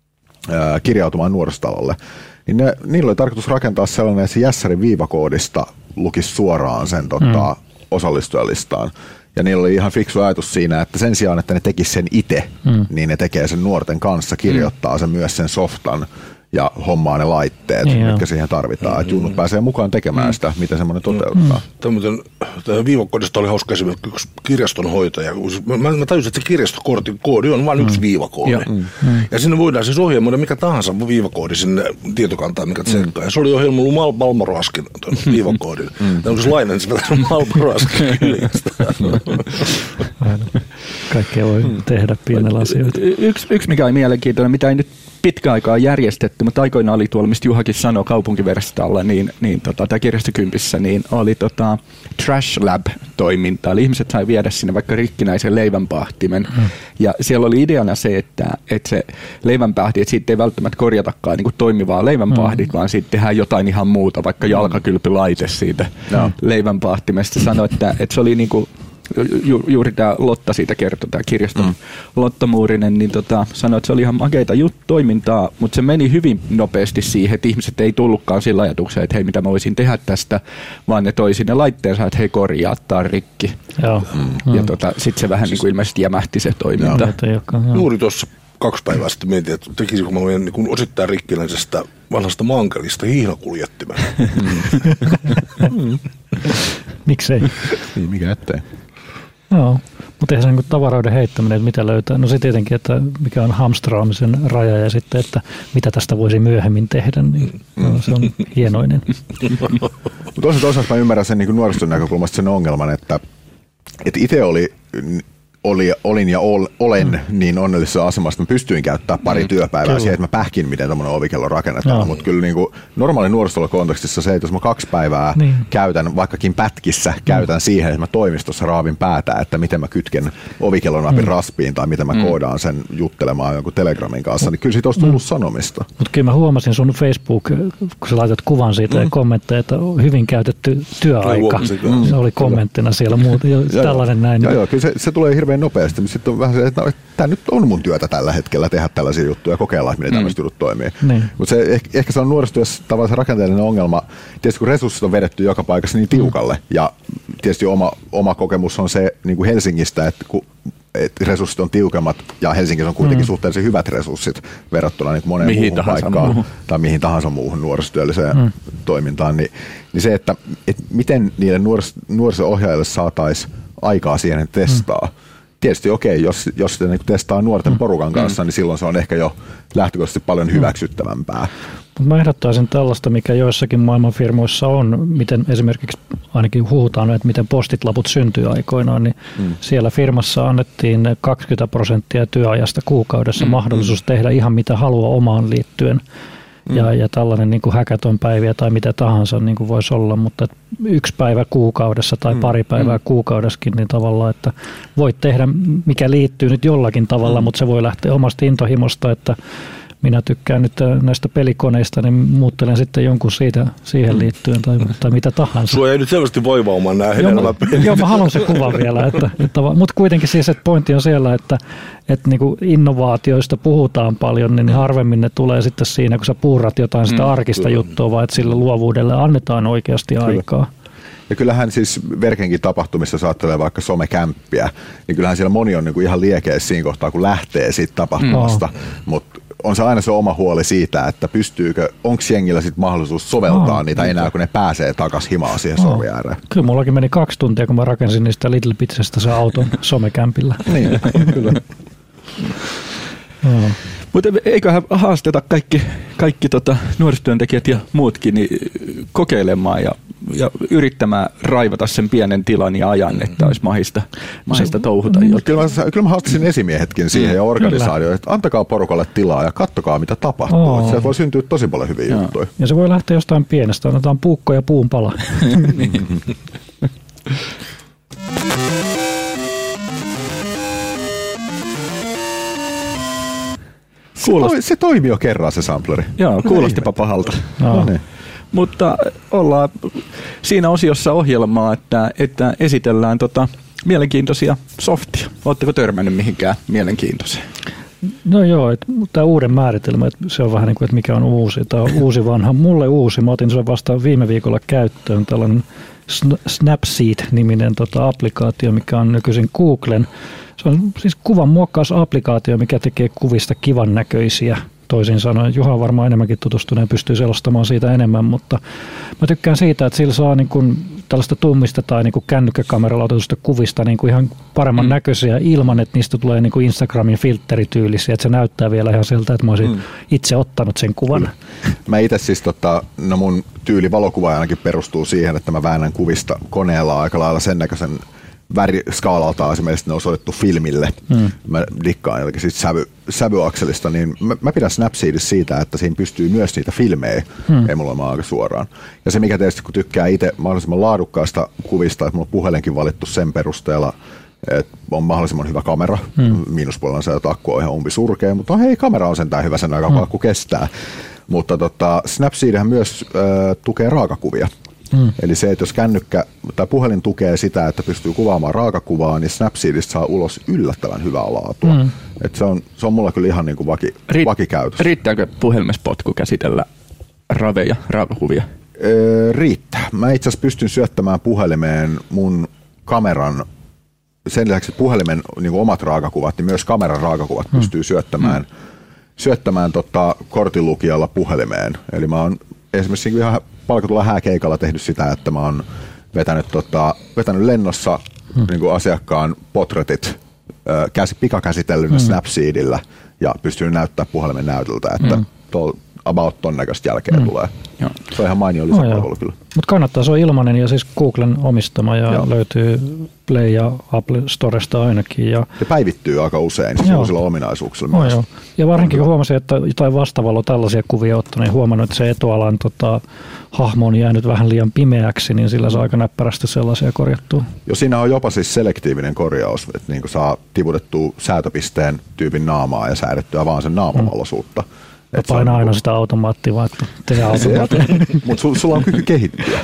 ää, kirjautumaan nuorisotalolle. Niin ne, niillä oli tarkoitus rakentaa sellainen, että se Jässärin viivakoodista lukisi suoraan sen tota, mm. osallistujalistaan. Ja niillä oli ihan fiksu ajatus siinä, että sen sijaan, että ne tekisivät sen itse, mm. niin ne tekee sen nuorten kanssa, kirjoittaa mm. sen myös sen softan ja hommaa ne laitteet, niin mitkä jo. siihen tarvitaan. Mm. Että Junnut pääsee mukaan tekemään mm. sitä, miten semmoinen toteuttaa. Mm. Tämä viivakoodista oli hauska esimerkiksi yksi kirjastonhoitaja. Mä, mä tajusin, että se kirjastokortin koodi on vain mm. yksi viivakoodi. Ja, mm. ja sinne voidaan siis ohjelmoida mikä tahansa viivakoodi sinne tietokantaan, mikä tsekkaa. Mm. Ja se oli ohjelmoinut Mal- Malmoro Askin viivakoodin. Mm. Onko se lainen, se vetää Malmoro Askin kyljästä. Kaikkea voi mm. tehdä pienellä asioita. Y- yksi, yksi mikä on mielenkiintoinen, mitä ei nyt pitkä aikaa järjestetty, mutta aikoinaan oli tuolla, mistä Juhakin sanoi kaupunkiverstalla, niin, niin tota, tämä kirjastokympissä, niin oli tota, Trash Lab-toiminta. Eli ihmiset sai viedä sinne vaikka rikkinäisen leivänpahtimen. Mm. Ja siellä oli ideana se, että, että se leivänpahti, että siitä ei välttämättä korjatakaan niin kuin toimivaa leivänpahdit, mm. vaan siitä tehdään jotain ihan muuta, vaikka jalkakylpylaite siitä mm. leivänpahtimesta. Sanoi, että, että se oli niin kuin Ju, juuri tämä Lotta siitä kertoi, tämä kirjaston mm. Lotta Muurinen, niin tota, sanoi, että se oli ihan makeita jut- toimintaa, mutta se meni hyvin nopeasti siihen, että ihmiset ei tullutkaan sillä ajatuksella, että hei, mitä mä voisin tehdä tästä, vaan ne toi sinne laitteensa, että hei, korjaa, tää on rikki. Joo. Mm. Ja tota, sitten se vähän siis, niin kuin ilmeisesti jämähti se toiminta. Joo. Juuri tuossa kaksi päivää sitten mietin, että tekisikö mä voin niin osittain rikkinäisestä vanhasta mankelista hiihnakuljettimen. mm. Miksei? Niin, mikä ettei. Joo, mutta eihän se niin tavaroiden heittäminen, että mitä löytää. No se tietenkin, että mikä on hamstraamisen raja ja sitten, että mitä tästä voisi myöhemmin tehdä, niin no, se on hienoinen. Mutta toisaalta mä ymmärrän sen niin nuoriston näkökulmasta sen ongelman, että, että itse oli... Oli, olin ja ol, olen mm. niin onnellisessa asemassa, että mä pystyin käyttämään pari mm. työpäivää kyllä. siihen, että mä pähkin, miten tämmöinen ovikello rakennetaan. No. Mutta kyllä niin kuin normaali nuorisotalokontekstissa se, että jos mä kaksi päivää niin. käytän, vaikkakin pätkissä, mm. käytän siihen, että mä toimistossa raavin päätä, että miten mä kytken ovikellonapin mm. raspiin tai miten mä mm. koodaan sen juttelemaan jonkun Telegramin kanssa, niin kyllä siitä olisi tullut mm. sanomista. Mutta kyllä mä huomasin sun Facebook, kun sä laitat kuvan siitä mm. ja kommentteja, että hyvin käytetty työaika. Mm. Se oli kommenttina siellä muuta. Ja tällainen näin. Joo, joo, kyllä se, se tulee hirveän nopeasti, mutta sitten on vähän se, että no, tämä nyt on mun työtä tällä hetkellä tehdä tällaisia juttuja ja kokeilla, miten mm. tämmöiset jutut toimii. Niin. Mutta se, ehkä, ehkä se on nuorisotyössä tavallaan se rakenteellinen ongelma. Tietysti kun resurssit on vedetty joka paikassa niin tiukalle, mm. ja tietysti oma, oma kokemus on se niin kuin Helsingistä, että kun että resurssit on tiukemmat ja Helsingissä on kuitenkin mm. suhteellisen hyvät resurssit verrattuna niin moneen mihin muuhun paikkaan muuhun. tai mihin tahansa muuhun nuorisotyölliseen mm. toimintaan, niin, niin se, että, että miten niille nuoris, nuoriso-ohjaajille saataisiin aikaa siihen testaa. Mm. tietysti okei, okay, jos, jos sitä niin testaa nuorten porukan kanssa, mm. niin silloin se on ehkä jo lähtökohtaisesti paljon hyväksyttävämpää. Mä ehdottaisin tällaista, mikä joissakin maailman firmoissa on, miten esimerkiksi ainakin huhutaan, että miten postitlaput syntyy aikoinaan, niin mm. siellä firmassa annettiin kaksikymmentä prosenttia työajasta kuukaudessa mm. mahdollisuus tehdä ihan mitä haluaa omaan liittyen. Mm. Ja, ja tällainen niin kuin hackathon päiviä tai mitä tahansa niin kuin voisi olla, mutta yksi päivä kuukaudessa tai mm. pari päivää mm. kuukaudessakin, niin tavallaan, että voit tehdä mikä liittyy nyt jollakin tavalla, mm. mutta se voi lähteä omasta intohimosta, että minä tykkään nyt näistä pelikoneista, niin muuttelen sitten jonkun siitä siihen liittyen tai, tai mitä tahansa. Sulla ei nyt selvästi voivaumaan nämä hedelmäpelit. Joo, mä haluan se kuvan vielä. Että, että, mutta kuitenkin siis, että pointti on siellä, että, että niin kuin innovaatioista puhutaan paljon, niin harvemmin ne tulee sitten siinä, kun sä puurat jotain sitä mm, arkista kyllä. juttua, vaan että sille luovuudelle annetaan oikeasti kyllä. aikaa. Ja kyllähän siis Verkenkin tapahtumissa saattelee vaikka somekämppiä, niin kyllähän siellä moni on niinku ihan liekeä siinä kohtaa, kun lähtee siitä tapahtumasta, mm. mutta on se aina se oma huoli siitä, että pystyykö, onko jengillä sit mahdollisuus soveltaa oh, niitä enää, kun ne pääsee takaisin himaan siihen oh. sorvien ääreen. Kyllä mullakin meni kaksi tuntia, kun mä rakensin niistä Little Bitsistä se auton somekämpillä. Niin, kyllä. Oh. Mutta eiköhän haasteta kaikki, kaikki tota, nuorisotyöntekijät ja muutkin niin kokeilemaan ja, ja yrittämään raivata sen pienen tilan ja ajan, että olisi mahista, mahista touhuta. Mm, kyllä, mä, kyllä mä haastaisin esimiehetkin siihen mm, ja organisaatioon, että antakaa porukalle tilaa ja kattokaa mitä tapahtuu. Oh. Sieltä voi syntyä tosi paljon hyviä ja. juttuja. Ja se voi lähteä jostain pienestä, annetaan puukko ja puun pala. Se, toi, se toimi jo kerran se sampleri. Joo, kuulostipa pahalta. No. No, mutta ollaan siinä osiossa ohjelmaa, että, että esitellään tota mielenkiintoisia softia. Oletteko törmännyt mihinkään mielenkiintoiseen? No joo, tämä uuden määritelmä, että se on vähän niin kuin, että mikä on uusi. Tämä on uusi vanha. Mulle uusi, mä otin sen vasta viime viikolla käyttöön, tällainen Snapseed-niminen tota, applikaatio, mikä on nykyisin Googlen. Se on siis kuvan muokkausapplikaatio, mikä tekee kuvista kivan näköisiä. Toisin sanoen, Juha on varmaan enemmänkin tutustunut ja pystyy selostamaan siitä enemmän, mutta mä tykkään siitä, että sillä saa niin kuin tällaista tummista tai niin kuin kännykkäkameralla otetusta kuvista niin kuin ihan paremman mm. näköisiä ilman, että niistä tulee niin kuin Instagramin filtterityylisiä, että se näyttää vielä ihan siltä, että mä olisin mm. itse ottanut sen kuvan. Kyllä. Mä itse siis, tota, no mun tyyli valokuvaajanakin perustuu siihen, että mä väännän kuvista koneella aika lailla sen näköisen väriskaalaltaan esimerkiksi ne on soitettu filmille. Mm. Mä dikkaan jotenkin siitä sävy, sävyakselista, niin mä, mä pidän Snapseedissa siitä, että siinä pystyy myös niitä filmejä mm. emuloimaan aika suoraan. Ja se mikä tietysti kun tykkää itse mahdollisimman laadukkaasta kuvista, että mulla on puhelinkin valittu sen perusteella, että on mahdollisimman hyvä kamera. Mm. Miinuspuolella se, että akku on ihan umpi surkea, mutta no hei, kamera on sentään hyvä sen aikaa, kun mm. akku kestää. Mutta tota, Snapseedhän myös äh, tukee raakakuvia. Mm. Eli se, että jos kännykkä tai puhelin tukee sitä, että pystyy kuvaamaan raakakuvaa, niin Snapseedista saa ulos yllättävän hyvää laatua. Mm. Et se, on, se on mulla kyllä ihan niin kuin vaki, Riit, vakikäytössä. Riittääkö puhelimespotku käsitellä raveja, raakakuvia? Öö, riittää. Mä itse asiassa pystyn syöttämään puhelimeen mun kameran, sen lisäksi puhelimen niin kuin omat raakakuvat, niin myös kameran raakakuvat mm. pystyy syöttämään, mm. syöttämään tota, kortinlukijalla puhelimeen. Eli mä oon esimerkiksi ihan palkatulla hääkeikalla tehnyt sitä, että mä oon vetänyt, tota, vetänyt lennossa hmm. niin kuin asiakkaan potretit äh, käsi, pikakäsitellynä hmm. Snapseedillä ja pystynyt näyttämään puhelimen näytöltä, että hmm. tol, about ton näköistä jälkeen hmm. tulee. Joo. Se on ihan mainio lisäpalvelu kyllä. Mutta kannattaa, se on ilmainen ja siis Googlen omistama ja Joo. löytyy Play ja Apple Storesta ainakin. Ja, ja päivittyy aika usein siis uusilla ominaisuuksilla oh, myös. Joo. Ja varsinkin kun huomasin, että jotain vastavalla tällaisia kuvia ottanut, niin huomannut, että se etualan tota, hahmo on jäänyt vähän liian pimeäksi, niin sillä saa aika näppärästi sellaisia korjattua. Jo siinä on jopa siis selektiivinen korjaus, että niin saa tiputettua säätöpisteen tyypin naamaa ja säädettyä vaan sen naamavaloisuutta. Hmm. Mä painaa aina sitä automaattia, vaikka tee automaattia. Mutta sul, sulla on kyky kehittyä.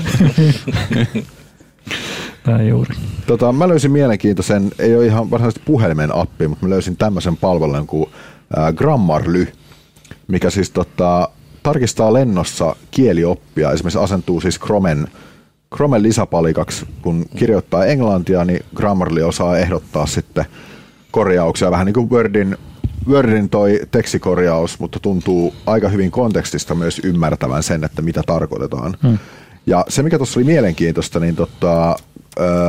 Näin juuri. Tota, mä löysin mielenkiintoisen, ei ole ihan varsinaisesti puhelimen appi, mutta mä löysin tämmöisen palvelun kuin äh, Grammarly, mikä siis tota, tarkistaa lennossa kielioppia. Esimerkiksi asentuu siis Chromen, Chromen lisäpalikaksi. Kun kirjoittaa englantia, niin Grammarly osaa ehdottaa sitten korjauksia. Vähän niin kuin Wordin Wordin toi tekstikorjaus, mutta tuntuu aika hyvin kontekstista myös ymmärtävän sen, että mitä tarkoitetaan. Hmm. Ja se, mikä tuossa oli mielenkiintoista, niin tota, öö,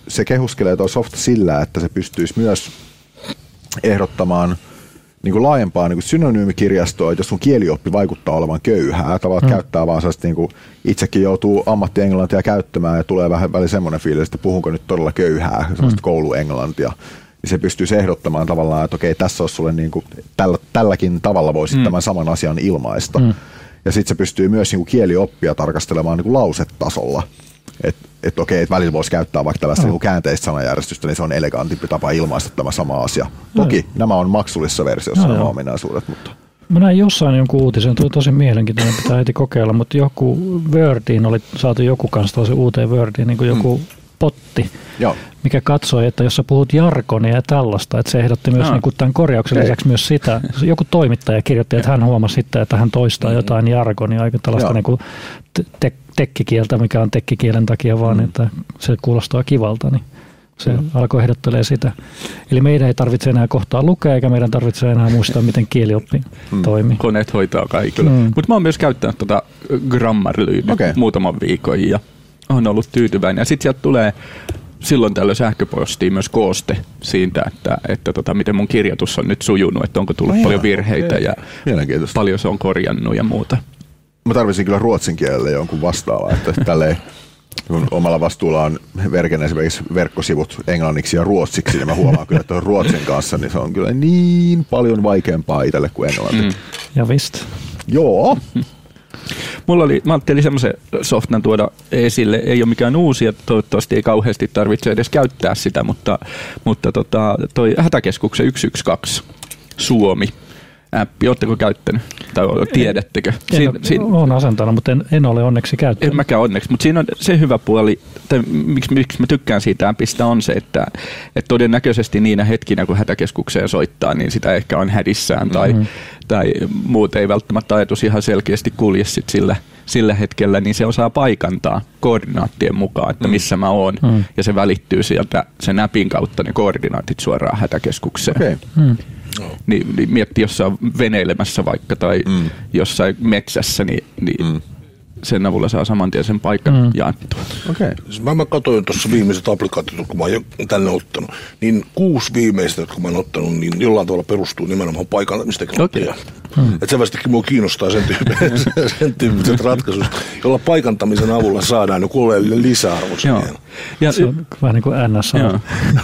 se kehuskelee tuo softa sillä, että se pystyisi myös ehdottamaan niin kuin laajempaa niin kuin synonyymikirjastoa, että jos sun kielioppi vaikuttaa olevan köyhää, tavallaan mm. käyttää vaan sellaista, niin kuin itsekin joutuu ammattienglantia käyttämään ja tulee vähän väliin semmoinen fiilis, että puhunko nyt todella köyhää, sellaista mm. kouluenglantia, niin se pystyisi ehdottamaan tavallaan, että okei, tässä olisi sulle niin kuin, tällä, tälläkin tavalla voisit mm. tämän saman asian ilmaista. Mm. Ja sitten se pystyy myös niin kuin kielioppia tarkastelemaan niin kuin lausetasolla. Että et okei, et välillä voisi käyttää vaikka tällaista no. käänteistä sanajärjestystä, niin se on elegantimpi tapa ilmaista tämä sama asia. Toki no. nämä on maksullisessa versiossa no, nämä ominaisuudet, mutta... Mä näin jossain jonkun uutisen, tuli tosi mielenkiintoinen, pitää heti kokeilla, mutta joku Wordiin oli saatu joku kanssa tosi uuteen Wordiin, niin kuin joku mm. potti, Joo. mikä katsoi, että jos sä puhut jargonia ja tällaista, että se ehdotti myös no. niin kuin tämän korjauksen lisäksi myös sitä. Joku toimittaja kirjoitti, että hän huomasi sitten, että hän toistaa mm-hmm. jotain jargonia, aika tällaista niin kuin te- tekkikieltä, mikä on tekkikielen takia vaan, mm. että se kuulostaa kivalta, niin se mm. alkoi ehdottelemaan sitä. Eli meidän ei tarvitse enää kohtaa lukea, eikä meidän tarvitse enää muistaa, miten kielioppi mm. toimii. Koneet hoitaa kaikilla. Mm. Mutta mä oon myös käyttänyt tuota Grammarlyä okay. muutaman viikon ja on ollut tyytyväinen. Ja sitten sieltä tulee silloin tällöin sähköpostiin myös kooste siitä, että, että tota, miten mun kirjoitus on nyt sujunut, että onko tullut oh, paljon virheitä okay. ja paljon se on korjannut ja muuta. Mä tarvitsin kyllä ruotsin kielelle jonkun vastaavaa, että tälleen, kun omalla vastuulla on Verken esimerkiksi verkkosivut englanniksi ja ruotsiksi, niin mä huomaan kyllä, että ruotsin kanssa niin se on kyllä niin paljon vaikeampaa itselle kuin englanti. Mm. Ja vist. Joo. Mulla oli, mä ajattelin semmoisen softan tuoda esille, ei ole mikään uusi ja toivottavasti ei kauheasti tarvitse edes käyttää sitä, mutta, mutta tota, toi hätäkeskuksen yksi yksi kaksi Suomi appi, ootteko käyttänyt tai tiedättekö? Siin, siin, olen asentanut, mutta en, en ole onneksi käyttänyt. En mäkään onneksi, mutta siinä on se hyvä puoli, tai miksi, miksi mä tykkään siitä appista on se, että, että todennäköisesti niinä hetkinä, kun hätäkeskukseen soittaa, niin sitä ehkä on hädissään tai, mm-hmm. tai muut ei välttämättä ajatus ihan selkeästi kulje sit sillä, sillä hetkellä, niin se osaa paikantaa koordinaattien mukaan, että missä mä oon, mm. ja se välittyy sieltä sen appin kautta ne koordinaatit suoraan hätäkeskukseen. Okay. Mm. No. Niin, niin mietti jossain veneilemässä vaikka tai mm. jossain metsässä, niin, niin mm. sen avulla saa saman tien sen paikan mm. jaettua. Okay. Mä, mä katsoin tuossa viimeiset applikaatiot, kun mä oon tänne ottanut, niin kuusi viimeistä, jotka mä oon ottanut, niin jollain tavalla perustuu nimenomaan paikantamisteknologiaan. Okay. Hmm. Että selvästikin mua kiinnostaa sen tyyppiset, sen tyyppiset ratkaisut, jolla paikantamisen avulla saadaan joku oleellinen lisäarvo siihen. Ja se on vähän niin kuin N S A.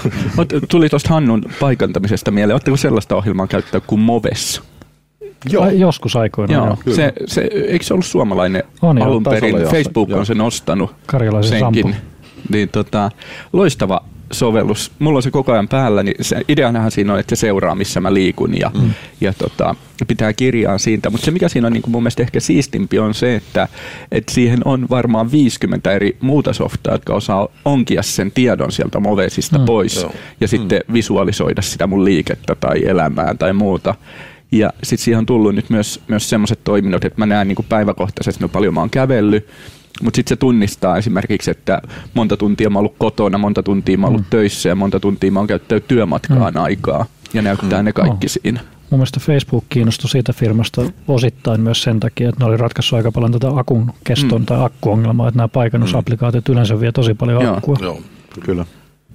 Tuli tuosta Hannun paikantamisesta mieleen. Oletteko sellaista ohjelmaa käyttää kuin Moves? Joo. Ai, joskus aikoinaan. Joo. Joo. Se, se, eikö se ollut suomalainen on, alun perin? Joo, Facebook joo. on sen ostanut. Karjalaisen senkin. Niin, tota, loistava sovellus. Mulla on se koko ajan päällä, niin se ideanahan siinä on, että se seuraa, missä mä liikun ja, mm. ja tota, pitää kirjaa siitä. Mutta se, mikä siinä on niin mun mielestä ehkä siistimpi, on se, että, että siihen on varmaan viisikymmentä eri muuta softaa, jotka osaa onkia sen tiedon sieltä Movesista mm. pois Joo. ja sitten mm. visualisoida sitä mun liikettä tai elämää tai muuta. Ja sitten siihen on tullut nyt myös, myös semmoiset toiminnot, että mä näen niin kuin päiväkohtaisesti, no paljon mä oon kävellyt, mutta sitten se tunnistaa esimerkiksi, että monta tuntia mä oon ollut kotona, monta tuntia mä oon ollut mm. töissä ja monta tuntia mä oon käyttänyt työmatkaan mm. aikaa ja näyttää mm. ne kaikki oh. siinä. Mun mielestä Facebook kiinnostui siitä firmasta osittain myös sen takia, että ne oli ratkaissut aika paljon tätä akun keston mm. tai akkuongelmaa, että nämä paikannusapplikaatiot yleensä vie tosi paljon Joo. akkua. Joo, kyllä.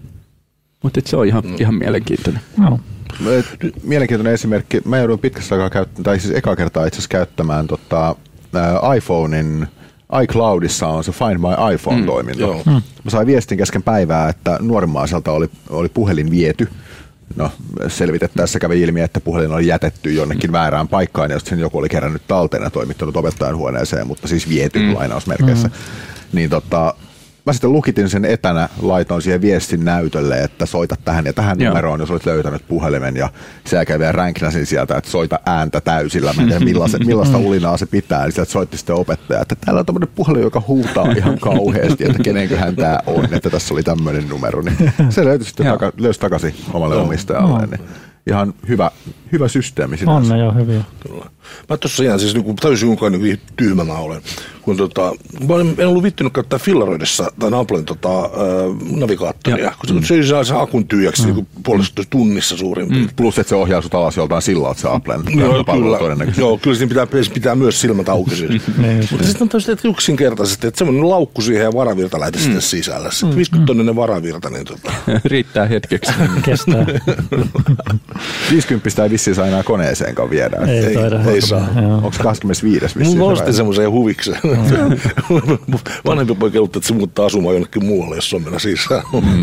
Mutta se on ihan, mm. ihan mielenkiintoinen. Joo. Mielenkiintoinen esimerkki. Mä joudun pitkästä aikaa käyttämään, tai siis eka kertaa itse asiassa käyttämään tota, ä, iPhonein iCloudissa on se Find My iPhone-toiminto. Mm, mm. Mä sain viestin kesken päivää, että nuorimaiselta oli, oli puhelin viety. No, selvitettäessä kävi ilmi, että puhelin oli jätetty jonnekin väärään paikkaan, ja sen joku oli kerännyt talteen ja toimittanut opettajan huoneeseen, mutta siis viety mm. lainausmerkeissä. Mm. Niin tota, mä sitten lukitin sen etänä, laitoin siihen viestin näytölle, että soita tähän ja tähän Joo. numeroon, jos olet löytänyt puhelimen, ja sen jälkeen vielä ränknäsin sieltä, että soita ääntä täysillä, mä en tiedä millaista, millaista ulinaa se pitää, niin sieltä soitti sitten opettaja, että täällä on tämmöinen puhelin, joka huutaa ihan kauheasti, että kenenköhän tämä on, että tässä oli tämmöinen numero, niin se löytyi sitten taka, löysi takaisin omalle omistajalle. Niin. ihan hyvä, hyvä systeemi On sinänsä. ne jo hyviä. Kyllä. Mä tuossa ihan siis niin täysin mukaan niin tyhmä mä olen. Kun tota, mä en, en ollut vittinyt käyttää fillaroidessa tai Applen tota, äh, navigaattoria. Ja. Kun se saa sen akun tyhjäksi mm. niin puolesta tunnissa suurin piirtein. Mm. Plus, että se ohjaa sut alas joltain sillalta se Applen Joo, kyllä, todennäköisesti. joo, kyllä siinä pitää, pitää myös silmät auki. Mutta sitten on tämmöistä että yksinkertaisesti, että semmoinen laukku siihen ja varavirta lähti mm. sitten sisällä. Sitten viisikymmentä tonninen varavirta, niin tota. Riittää hetkeksi. Kestää. viisikymmentä ei vissiin saa enää koneeseenkaan viedä. Ei, Ei, taida. ei saa. Onko se kaksikymmentäviisi vissiin? Mulla ostin semmoisen huvikseen. Vanhempi poika elutti, että se muuttaa asumaan jonnekin muualle, jos on mennä sisään. Mm.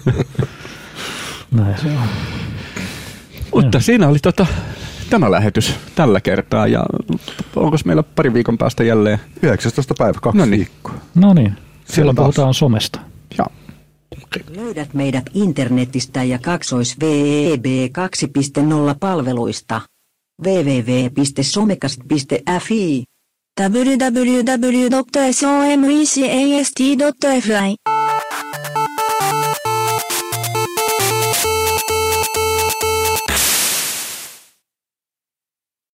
Näin se on. Mutta siinä oli tota, tämä lähetys tällä kertaa ja onko meillä pari viikon päästä jälleen? yhdeksästoista päivä, kaksi No niin. viikkoa. No niin, silloin taas. puhutaan somesta. Ja. Löydät meidät internetistä ja kaksois web kaksi piste nolla palveluista. double-u double-u double-u piste somecast piste f i double-u double-u double-u piste somecast piste f i